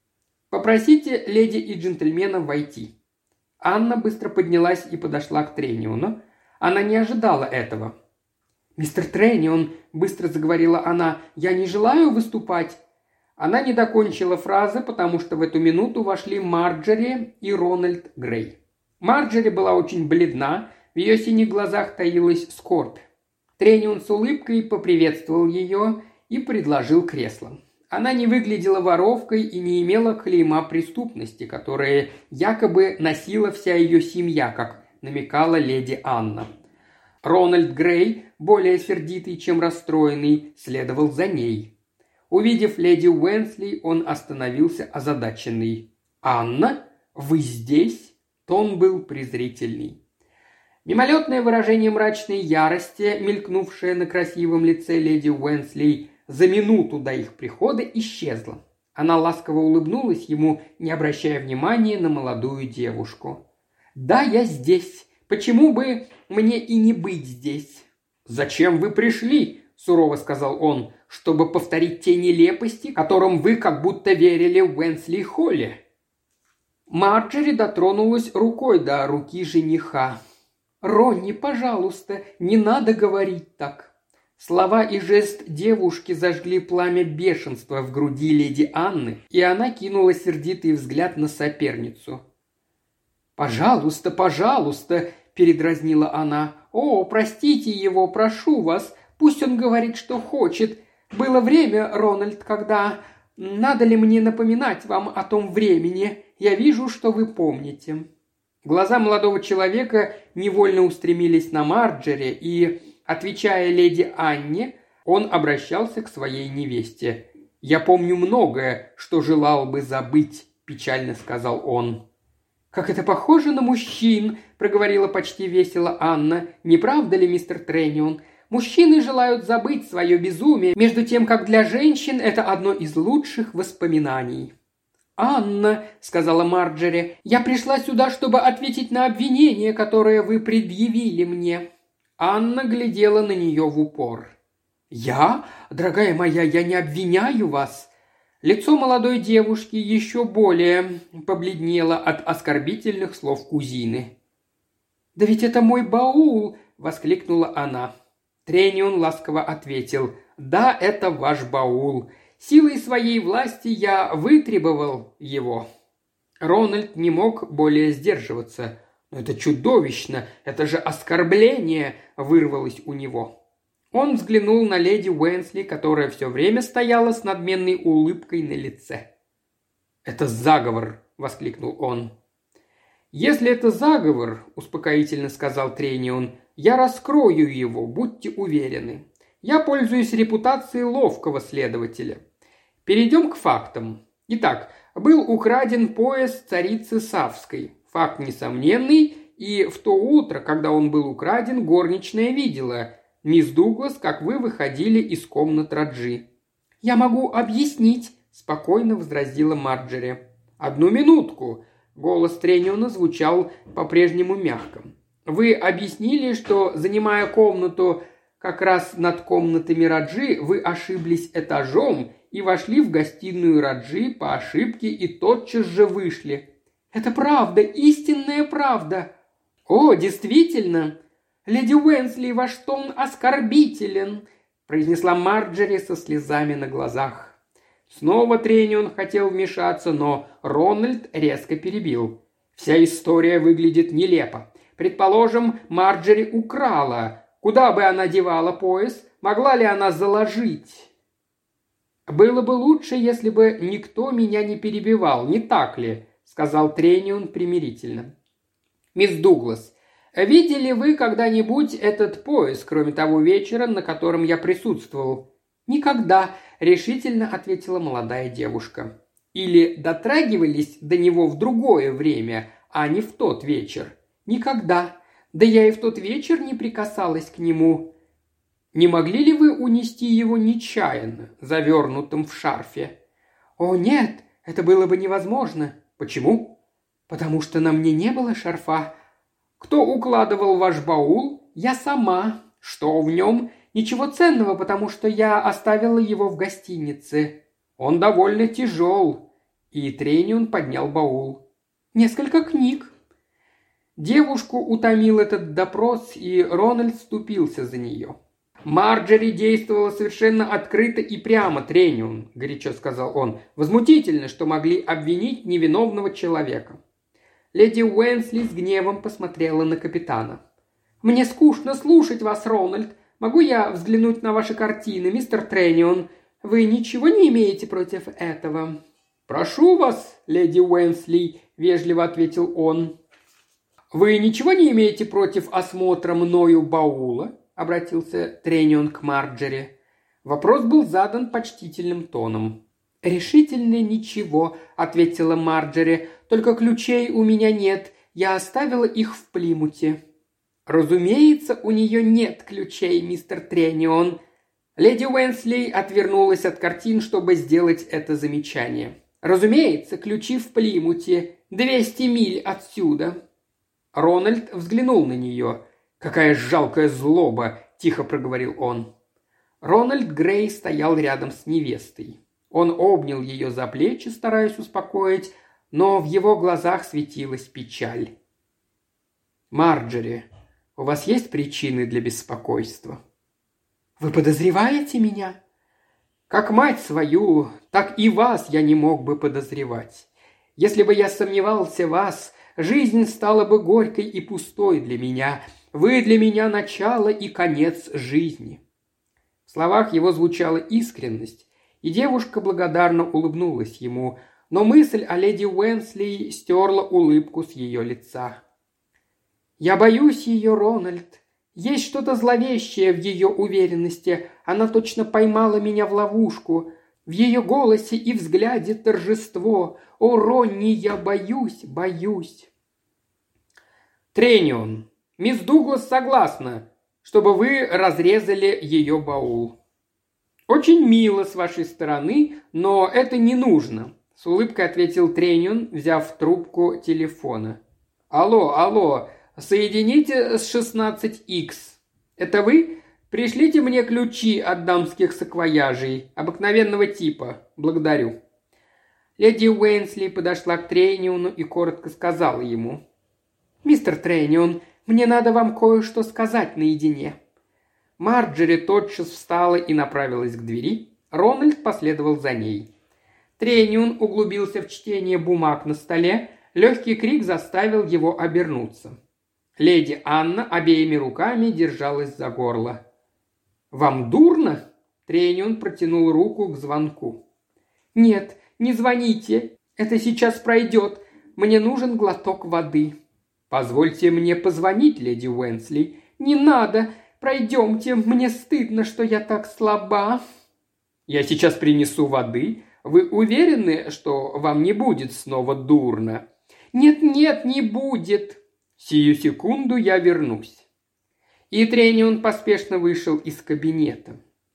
«Попросите леди и джентльмена войти». Анна быстро поднялась и подошла к Трениону. Она не ожидала этого. «Мистер Тренион», – быстро заговорила она, – «я не желаю выступать». Она не докончила фразы, потому что в эту минуту вошли Марджери и Рональд Грей. Марджери была очень бледна, в ее синих глазах таилась скорбь. Тренион с улыбкой поприветствовал ее и предложил кресло. Она не выглядела воровкой и не имела клейма преступности, которое якобы носила вся ее семья, как намекала леди Анна. Рональд Грей, более сердитый, чем расстроенный, следовал за ней. Увидев леди Уэнсли, он остановился озадаченный. «Анна, вы здесь?» Тон был презрительный. Мимолетное выражение мрачной ярости, мелькнувшее на красивом лице леди Уэнсли, за минуту до их прихода исчезло. Она ласково улыбнулась ему, не обращая внимания на молодую девушку. «Да, я здесь. Почему бы мне и не быть здесь?» «Зачем вы пришли?» – сурово сказал он. «Чтобы повторить те нелепости, которым вы как будто верили в Уэнсли-Холле». Марджери дотронулась рукой до руки жениха. «Ронни, пожалуйста, не надо говорить так». Слова и жест девушки зажгли пламя бешенства в груди леди Анны, и она кинула сердитый взгляд на соперницу. «Пожалуйста, пожалуйста», – передразнила она. «О, простите его, прошу вас, пусть он говорит, что хочет. Было время, Рональд, когда... Надо ли мне напоминать вам о том времени? Я вижу, что вы помните». Глаза молодого человека невольно устремились на Марджери, и, отвечая леди Анне, он обращался к своей невесте. «Я помню многое, что желал бы забыть», – печально сказал он. «Как это похоже на мужчин!» – проговорила почти весело Анна. «Не правда ли, мистер Тренион? Мужчины желают забыть свое безумие, между тем, как для женщин это одно из лучших воспоминаний». «Анна», – сказала Марджери, – «я пришла сюда, чтобы ответить на обвинение, которое вы предъявили мне». Анна глядела на нее в упор. «Я? Дорогая моя, я не обвиняю вас». Лицо молодой девушки еще более побледнело от оскорбительных слов кузины. «Да ведь это мой баул!» – воскликнула она. Тренион ласково ответил: «Да, это ваш баул. Силой своей власти я вытребовал его». Рональд не мог более сдерживаться. «Но это чудовищно! Это же оскорбление!» – вырвалось у него. Он взглянул на леди Уэнсли, которая все время стояла с надменной улыбкой на лице. «Это заговор!» – воскликнул он. «Если это заговор, – успокоительно сказал Тренион, – я раскрою его, будьте уверены. Я пользуюсь репутацией ловкого следователя. Перейдем к фактам. Итак, был украден пояс царицы Савской. Факт несомненный, и в то утро, когда он был украден, горничная видела – мисс Дуглас, как вы выходили из комнат Раджи». «Я могу объяснить», – спокойно возразила Марджери. «Одну минутку». Голос Трениона звучал по-прежнему мягко. «Вы объяснили, что, занимая комнату как раз над комнатами Раджи, вы ошиблись этажом и вошли в гостиную Раджи по ошибке и тотчас же вышли». «Это правда, истинная правда». «О, действительно? Леди Уэнсли, ваш тон оскорбителен», – произнесла Марджери со слезами на глазах. Снова Тренион хотел вмешаться, но Рональд резко перебил. «Вся история выглядит нелепо. Предположим, Марджери украла. Куда бы она девала пояс? Могла ли она заложить?» «Было бы лучше, если бы никто меня не перебивал, не так ли?» – сказал Тренион примирительно. «Мисс Дуглас, видели вы когда-нибудь этот пояс, кроме того вечера, на котором я присутствовал?» «Никогда», – решительно ответила молодая девушка. «Или дотрагивались до него в другое время, а не в тот вечер?» «Никогда. Да я и в тот вечер не прикасалась к нему». «Не могли ли вы унести его нечаянно, завернутым в шарфе?» «О, нет, это было бы невозможно». «Почему?» «Потому что на мне не было шарфа». «Кто укладывал ваш баул?» «Я сама». «Что в нем?» «Ничего ценного, потому что я оставила его в гостинице». «Он довольно тяжел». И Тренион поднял баул. «Несколько книг». Девушку утомил этот допрос, и Рональд вступился за нее. «Марджери действовала совершенно открыто и прямо, Тренион», – горячо сказал он. «Возмутительно, что могли обвинить невиновного человека». Леди Уэнсли с гневом посмотрела на капитана. «Мне скучно слушать вас, Рональд. Могу я взглянуть на ваши картины, мистер Тренион? Вы ничего не имеете против этого?» «Прошу вас, леди Уэнсли», – вежливо ответил он. «Вы ничего не имеете против осмотра мною баула?» – обратился Тренион к Марджери. Вопрос был задан почтительным тоном. «Решительно ничего», – ответила Марджери. «Только ключей у меня нет. Я оставила их в Плимуте». «Разумеется, у нее нет ключей, мистер Тренион». Леди Уэнсли отвернулась от картин, чтобы сделать это замечание. «Разумеется, ключи в Плимуте. 200 миль отсюда». Рональд взглянул на нее. «Какая жалкая злоба!» – тихо проговорил он. Рональд Грей стоял рядом с невестой. Он обнял ее за плечи, стараясь успокоить, но в его глазах светилась печаль. «Марджери, у вас есть причины для беспокойства?» «Вы подозреваете меня?» «Как мать свою, так и вас я не мог бы подозревать. Если бы я сомневался в вас, жизнь стала бы горькой и пустой для меня. Вы для меня начало и конец жизни». В словах его звучала искренность, и девушка благодарно улыбнулась ему, но мысль о леди Уэнсли стерла улыбку с ее лица. «Я боюсь ее, Рональд. Есть что-то зловещее в ее уверенности. Она точно поймала меня в ловушку. В ее голосе и взгляде торжество. О, Ронни, я боюсь, боюсь». Тренион. Мисс Дуглас согласна, чтобы вы разрезали ее баул. Очень мило с вашей стороны, но это не нужно, с улыбкой ответил Тренион, взяв трубку телефона. Алло, алло, соедините с 16Х. Это вы? Пришлите мне ключи от дамских саквояжей, обыкновенного типа. Благодарю. Леди Уэйнсли подошла к Трениону и коротко сказала ему. «Мистер Тренион, мне надо вам кое-что сказать наедине». Марджери тотчас встала и направилась к двери. Рональд последовал за ней. Тренион углубился в чтение бумаг на столе. Легкий крик заставил его обернуться. Леди Анна обеими руками держалась за горло. «Вам дурно?» Тренион протянул руку к звонку. «Нет, не звоните. Это сейчас пройдет. Мне нужен глоток воды». «Позвольте мне позвонить, леди Уэнсли». «Не надо. Пройдемте. Мне стыдно, что я так слаба». «Я сейчас принесу воды. Вы уверены, что вам не будет снова дурно?» «Нет-нет, не будет». «Сию секунду я вернусь». И Тренион поспешно вышел из кабинета.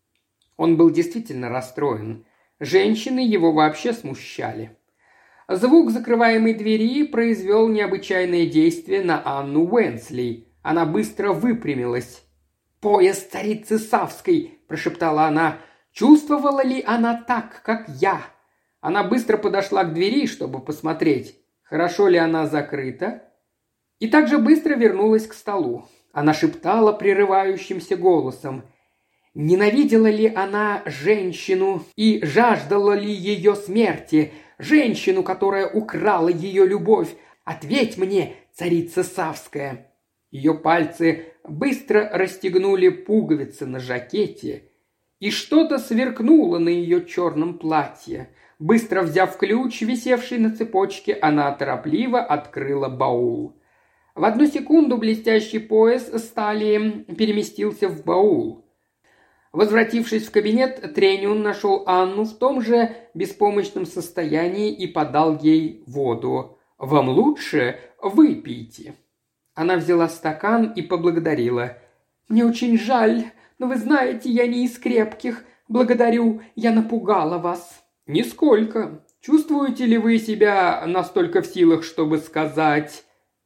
Он был действительно расстроен. Женщины его вообще смущали. Звук закрываемой двери произвел необычайное действие на Анну Уэнсли. Она быстро выпрямилась. «Поезд царицы Савской!» – прошептала она. «Чувствовала ли она так, как я?» Она быстро подошла к двери, чтобы посмотреть, хорошо ли она закрыта, и также быстро вернулась к столу. Она шептала прерывающимся голосом. Ненавидела ли она женщину и жаждала ли ее смерти? Женщину, которая украла ее любовь. Ответь мне, царица Савская. Ее пальцы быстро расстегнули пуговицы на жакете, и что-то сверкнуло на ее черном платье. Быстро взяв ключ, висевший на цепочке, она торопливо открыла баул. В одну секунду блестящий пояс с талией переместился в баул. Возвратившись в кабинет, Тренион нашел Анну в том же беспомощном состоянии и подал ей воду. «Вам лучше? Выпейте». Она взяла стакан и поблагодарила. «Мне очень жаль, но вы знаете, я не из крепких. Благодарю, я напугала вас». «Нисколько. Чувствуете ли вы себя настолько в силах, чтобы сказать...»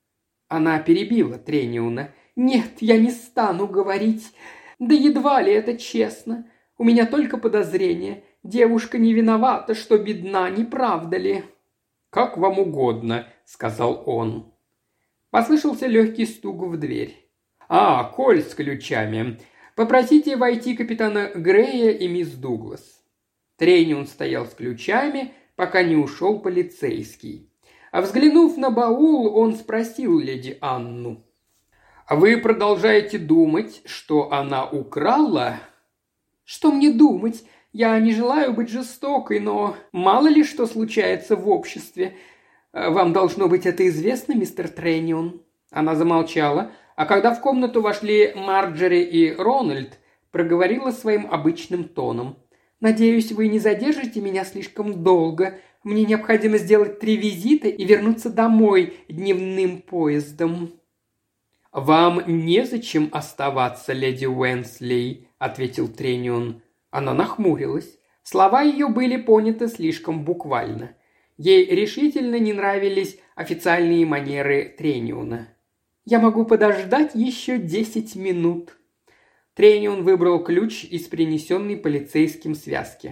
Она перебила Трениона. «Нет, я не стану говорить. Да едва ли это честно. У меня только подозрение. Девушка не виновата, что бедна, не правда ли?» «Как вам угодно», — сказал он. Послышался легкий стук в дверь. «А, Коль с ключами. Попросите войти капитана Грея и мисс Дуглас». Тренион стоял с ключами, пока не ушел полицейский. А взглянув на баул, он спросил леди Анну. «А вы продолжаете думать, что она украла?» «Что мне думать? Я не желаю быть жестокой, но мало ли что случается в обществе. Вам должно быть это известно, мистер Тренион». Она замолчала, а когда в комнату вошли Марджери и Рональд, проговорила своим обычным тоном. «Надеюсь, вы не задержите меня слишком долго. Мне необходимо сделать 3 визита и вернуться домой дневным поездом». «Вам незачем оставаться, леди Уэнсли», — ответил Тренион. Она нахмурилась. Слова ее были поняты слишком буквально. Ей решительно не нравились официальные манеры Трениона. «Я могу подождать еще 10 минут». Тренион выбрал ключ из принесенной полицейским связки.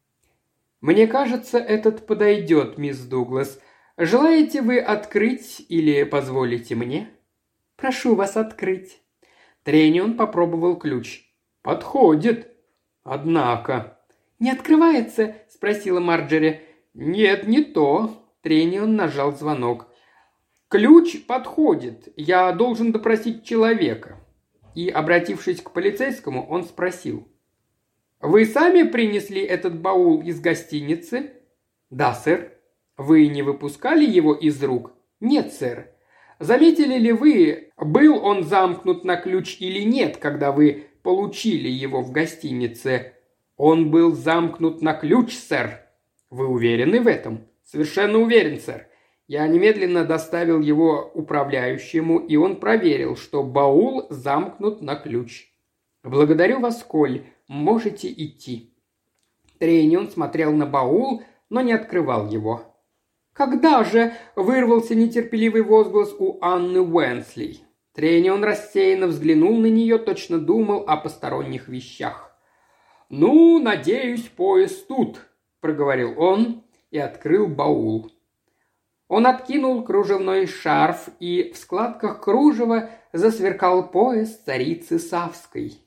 «Мне кажется, этот подойдет, мисс Дуглас. Желаете вы открыть или позволите мне?» «Прошу вас открыть». Тренион попробовал ключ. «Подходит. Однако...» «Не открывается?» – спросила Марджери. «Нет, не то». Тренион нажал звонок. «Ключ подходит. Я должен допросить человека». И, обратившись к полицейскому, он спросил. «Вы сами принесли этот баул из гостиницы?» «Да, сэр». «Вы не выпускали его из рук?» «Нет, сэр». «Заметили ли вы, был он замкнут на ключ или нет, когда вы получили его в гостинице?» «Он был замкнут на ключ, сэр». «Вы уверены в этом?» «Совершенно уверен, сэр. Я немедленно доставил его управляющему, и он проверил, что баул замкнут на ключ. Благодарю вас, Коль, можете идти». Тренион смотрел на баул, но не открывал его. «Когда же?» – вырвался нетерпеливый возглас у Анны Уэнсли. Тренион рассеянно взглянул на нее, точно думал о посторонних вещах. «Ну, надеюсь, поезд тут», – проговорил он и открыл баул. Он откинул кружевной шарф, и в складках кружева засверкал пояс царицы Савской.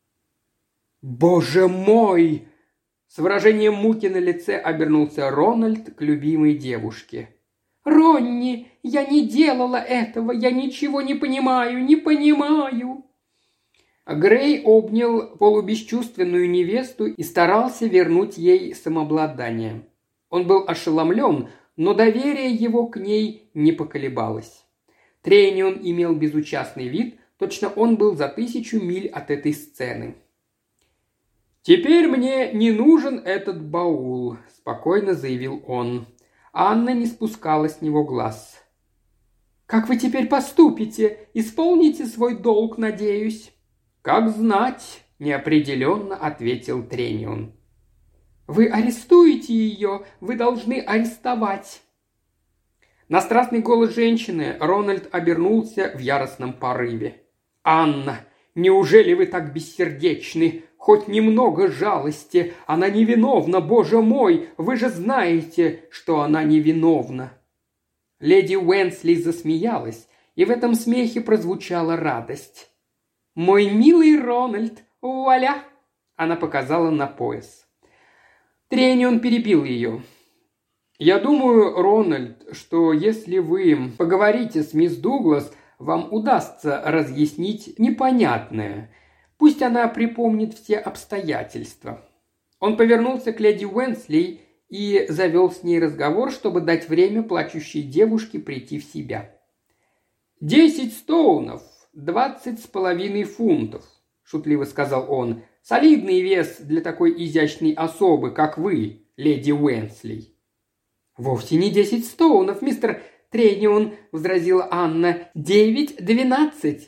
«Боже мой!» С выражением муки на лице обернулся Рональд к любимой девушке. «Ронни, я не делала этого, я ничего не понимаю, не понимаю!» Грей обнял полубесчувственную невесту и старался вернуть ей самообладание. Он был ошеломлен, но доверие его к ней не поколебалось. Тренион имел безучастный вид, точно он был за 1000 миль от этой сцены. «Теперь мне не нужен этот баул», – спокойно заявил он. Анна не спускала с него глаз. «Как вы теперь поступите? Исполните свой долг, надеюсь?» «Как знать», – неопределенно ответил Тренион. «Вы арестуете ее, вы должны арестовать». На страстный голос женщины Рональд обернулся в яростном порыве. «Анна, неужели вы так бессердечны? Хоть немного жалости. Она невиновна, боже мой! Вы же знаете, что она невиновна!» Леди Уэнсли засмеялась, и в этом смехе прозвучала радость. «Мой милый Рональд, вуаля!» Она показала на пояс. Тренион перебил ее. «Я думаю, Рональд, что если вы поговорите с мисс Дуглас, вам удастся разъяснить непонятное. Пусть она припомнит все обстоятельства». Он повернулся к леди Уэнсли и завел с ней разговор, чтобы дать время плачущей девушке прийти в себя. 10 стоунов, 20,5 фунтов, шутливо сказал он. Солидный вес для такой изящной особы, как вы, леди Уэнсли. «Вовсе не 10 стоунов, мистер Тренион», – возразила Анна. 9-12.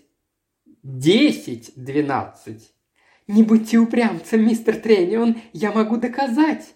10-12. «Не будьте упрямцем, мистер Тренион, я могу доказать».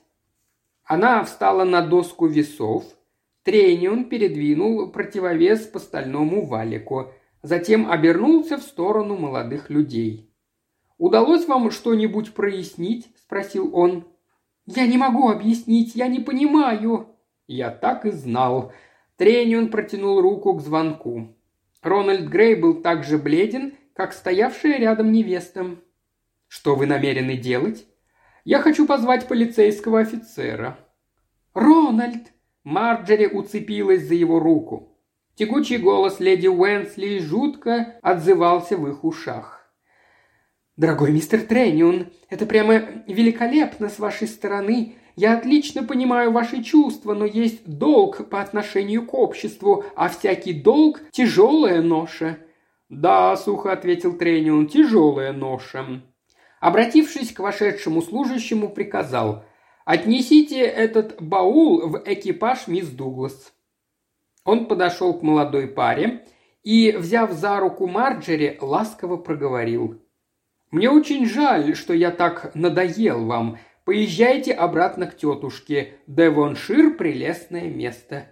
Она встала на доску весов. Тренион передвинул противовес по стальному валику. Затем обернулся в сторону молодых людей. «Удалось вам что-нибудь прояснить?» – спросил он. «Я не могу объяснить, я не понимаю». «Я так и знал». Тренион протянул руку к звонку. Рональд Грей был так же бледен, как стоявшая рядом невеста. «Что вы намерены делать?» «Я хочу позвать полицейского офицера». «Рональд!» Марджери уцепилась за его руку. Тягучий голос леди Уэнсли жутко отзывался в их ушах. «Дорогой мистер Тренион, это прямо великолепно с вашей стороны. Я отлично понимаю ваши чувства, но есть долг по отношению к обществу, а всякий долг – тяжелая ноша». «Да», – сухо ответил Тренион, – «тяжелая ноша». Обратившись к вошедшему служащему, приказал: «Отнесите этот баул в экипаж мисс Дуглас». Он подошел к молодой паре и, взяв за руку Марджери, ласково проговорил: «Мне очень жаль, что я так надоел вам. Поезжайте обратно к тетушке. Девоншир – прелестное место».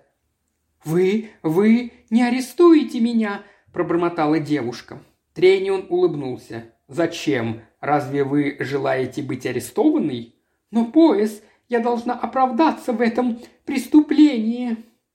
«Вы не арестуете меня?» – пробормотала девушка. Тренион улыбнулся. «Зачем? Разве вы желаете быть арестованной?» «Но пояс, я должна оправдаться в этом преступлении».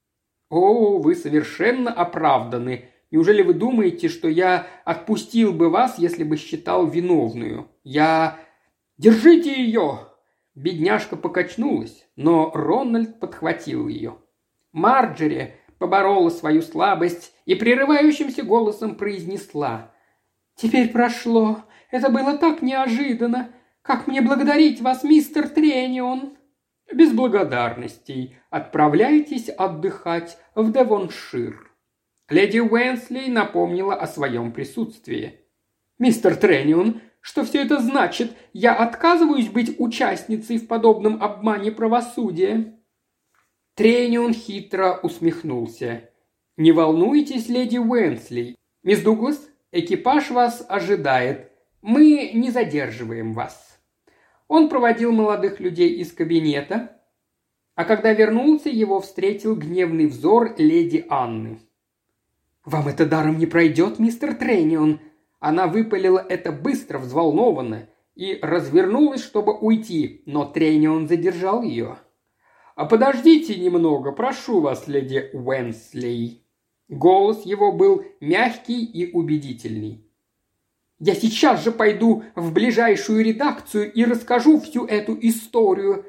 «О, вы совершенно оправданы. Неужели вы думаете, что я отпустил бы вас, если бы считал виновную? Я... Держите ее!» Бедняжка покачнулась, но Рональд подхватил ее. Марджери поборола свою слабость и прерывающимся голосом произнесла: «Теперь прошло. Это было так неожиданно. Как мне благодарить вас, мистер Тренион?» «Без благодарностей. Отправляйтесь отдыхать в Девоншир». Леди Уэнсли напомнила о своем присутствии. «Мистер Тренион, что все это значит? Я отказываюсь быть участницей в подобном обмане правосудия». Тренион хитро усмехнулся. «Не волнуйтесь, леди Уэнсли. Мисс Дуглас, экипаж вас ожидает. Мы не задерживаем вас». Он проводил молодых людей из кабинета, а когда вернулся, его встретил гневный взор леди Анны. «Вам это даром не пройдет, мистер Тренион!» Она выпалила это быстро, взволнованно, и развернулась, чтобы уйти, но Тренион задержал ее. «А подождите немного, прошу вас, леди Уэнсли». Голос его был мягкий и убедительный. «Я сейчас же пойду в ближайшую редакцию и расскажу всю эту историю».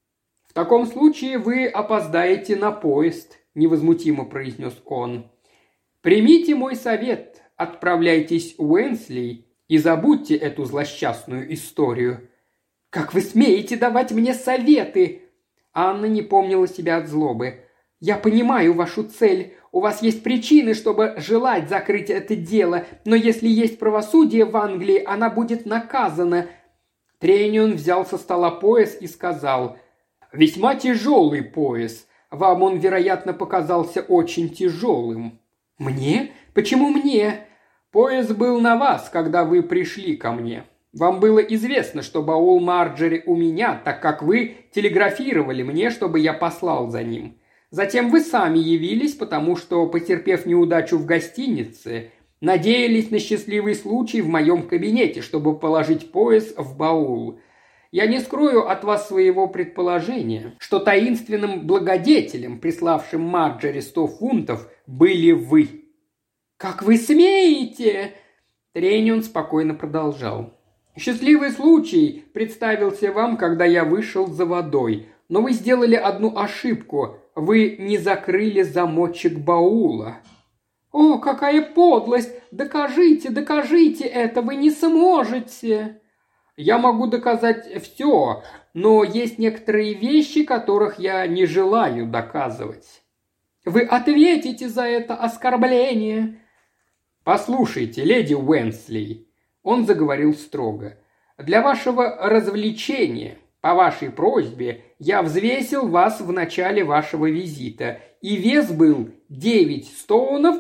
«В таком случае вы опоздаете на поезд», – невозмутимо произнес он. «Примите мой совет, отправляйтесь в Уэнсли и забудьте эту злосчастную историю». «Как вы смеете давать мне советы?» Анна не помнила себя от злобы. «Я понимаю вашу цель. У вас есть причины, чтобы желать закрыть это дело, но если есть правосудие в Англии, она будет наказана». Тренион взял со стола пояс и сказал: «Весьма тяжелый пояс. Вам он, вероятно, показался очень тяжелым». «Мне? Почему мне?» «Пояс был на вас, когда вы пришли ко мне. Вам было известно, что баул Марджери у меня, так как вы телеграфировали мне, чтобы я послал за ним. Затем вы сами явились, потому что, потерпев неудачу в гостинице, надеялись на счастливый случай в моем кабинете, чтобы положить пояс в баул. Я не скрою от вас своего предположения, что таинственным благодетелем, приславшим Марджери 100 фунтов, были вы». «Как вы смеете?» Тренион спокойно продолжал. «Счастливый случай представился вам, когда я вышел за водой, но вы сделали одну ошибку. Вы не закрыли замочек баула». «О, какая подлость! Докажите, докажите это! Вы не сможете!» «Я могу доказать все, но есть некоторые вещи, которых я не желаю доказывать». «Вы ответите за это оскорбление!» «Послушайте, леди Уэнсли», – он заговорил строго, – «для вашего развлечения, по вашей просьбе, я взвесил вас в начале вашего визита, и вес был 9 стоунов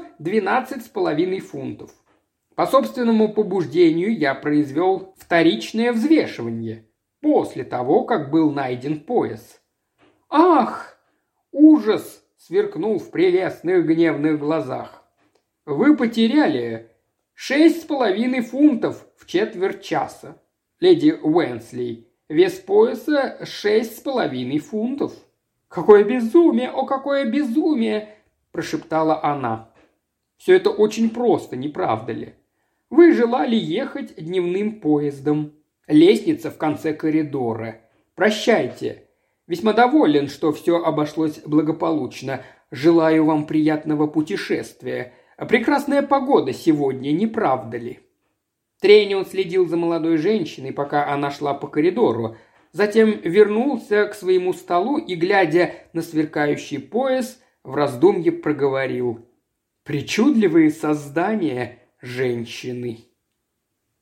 12,5 фунтов. По собственному побуждению я произвел вторичное взвешивание, после того, как был найден пояс». «Ах!» – ужас сверкнул в прелестных гневных глазах. «Вы потеряли 6,5 фунтов в четверть часа, леди Уэнсли. Вес пояса 6,5 фунтов». «Какое безумие! О, какое безумие!» – прошептала она. «Все это очень просто, не правда ли? Вы желали ехать дневным поездом. Лестница в конце коридора. Прощайте. Весьма доволен, что все обошлось благополучно. Желаю вам приятного путешествия. Прекрасная погода сегодня, не правда ли?» Тренион следил за молодой женщиной, пока она шла по коридору. Затем вернулся к своему столу и, глядя на сверкающий пояс, в раздумье проговорил: «Причудливые создания женщины».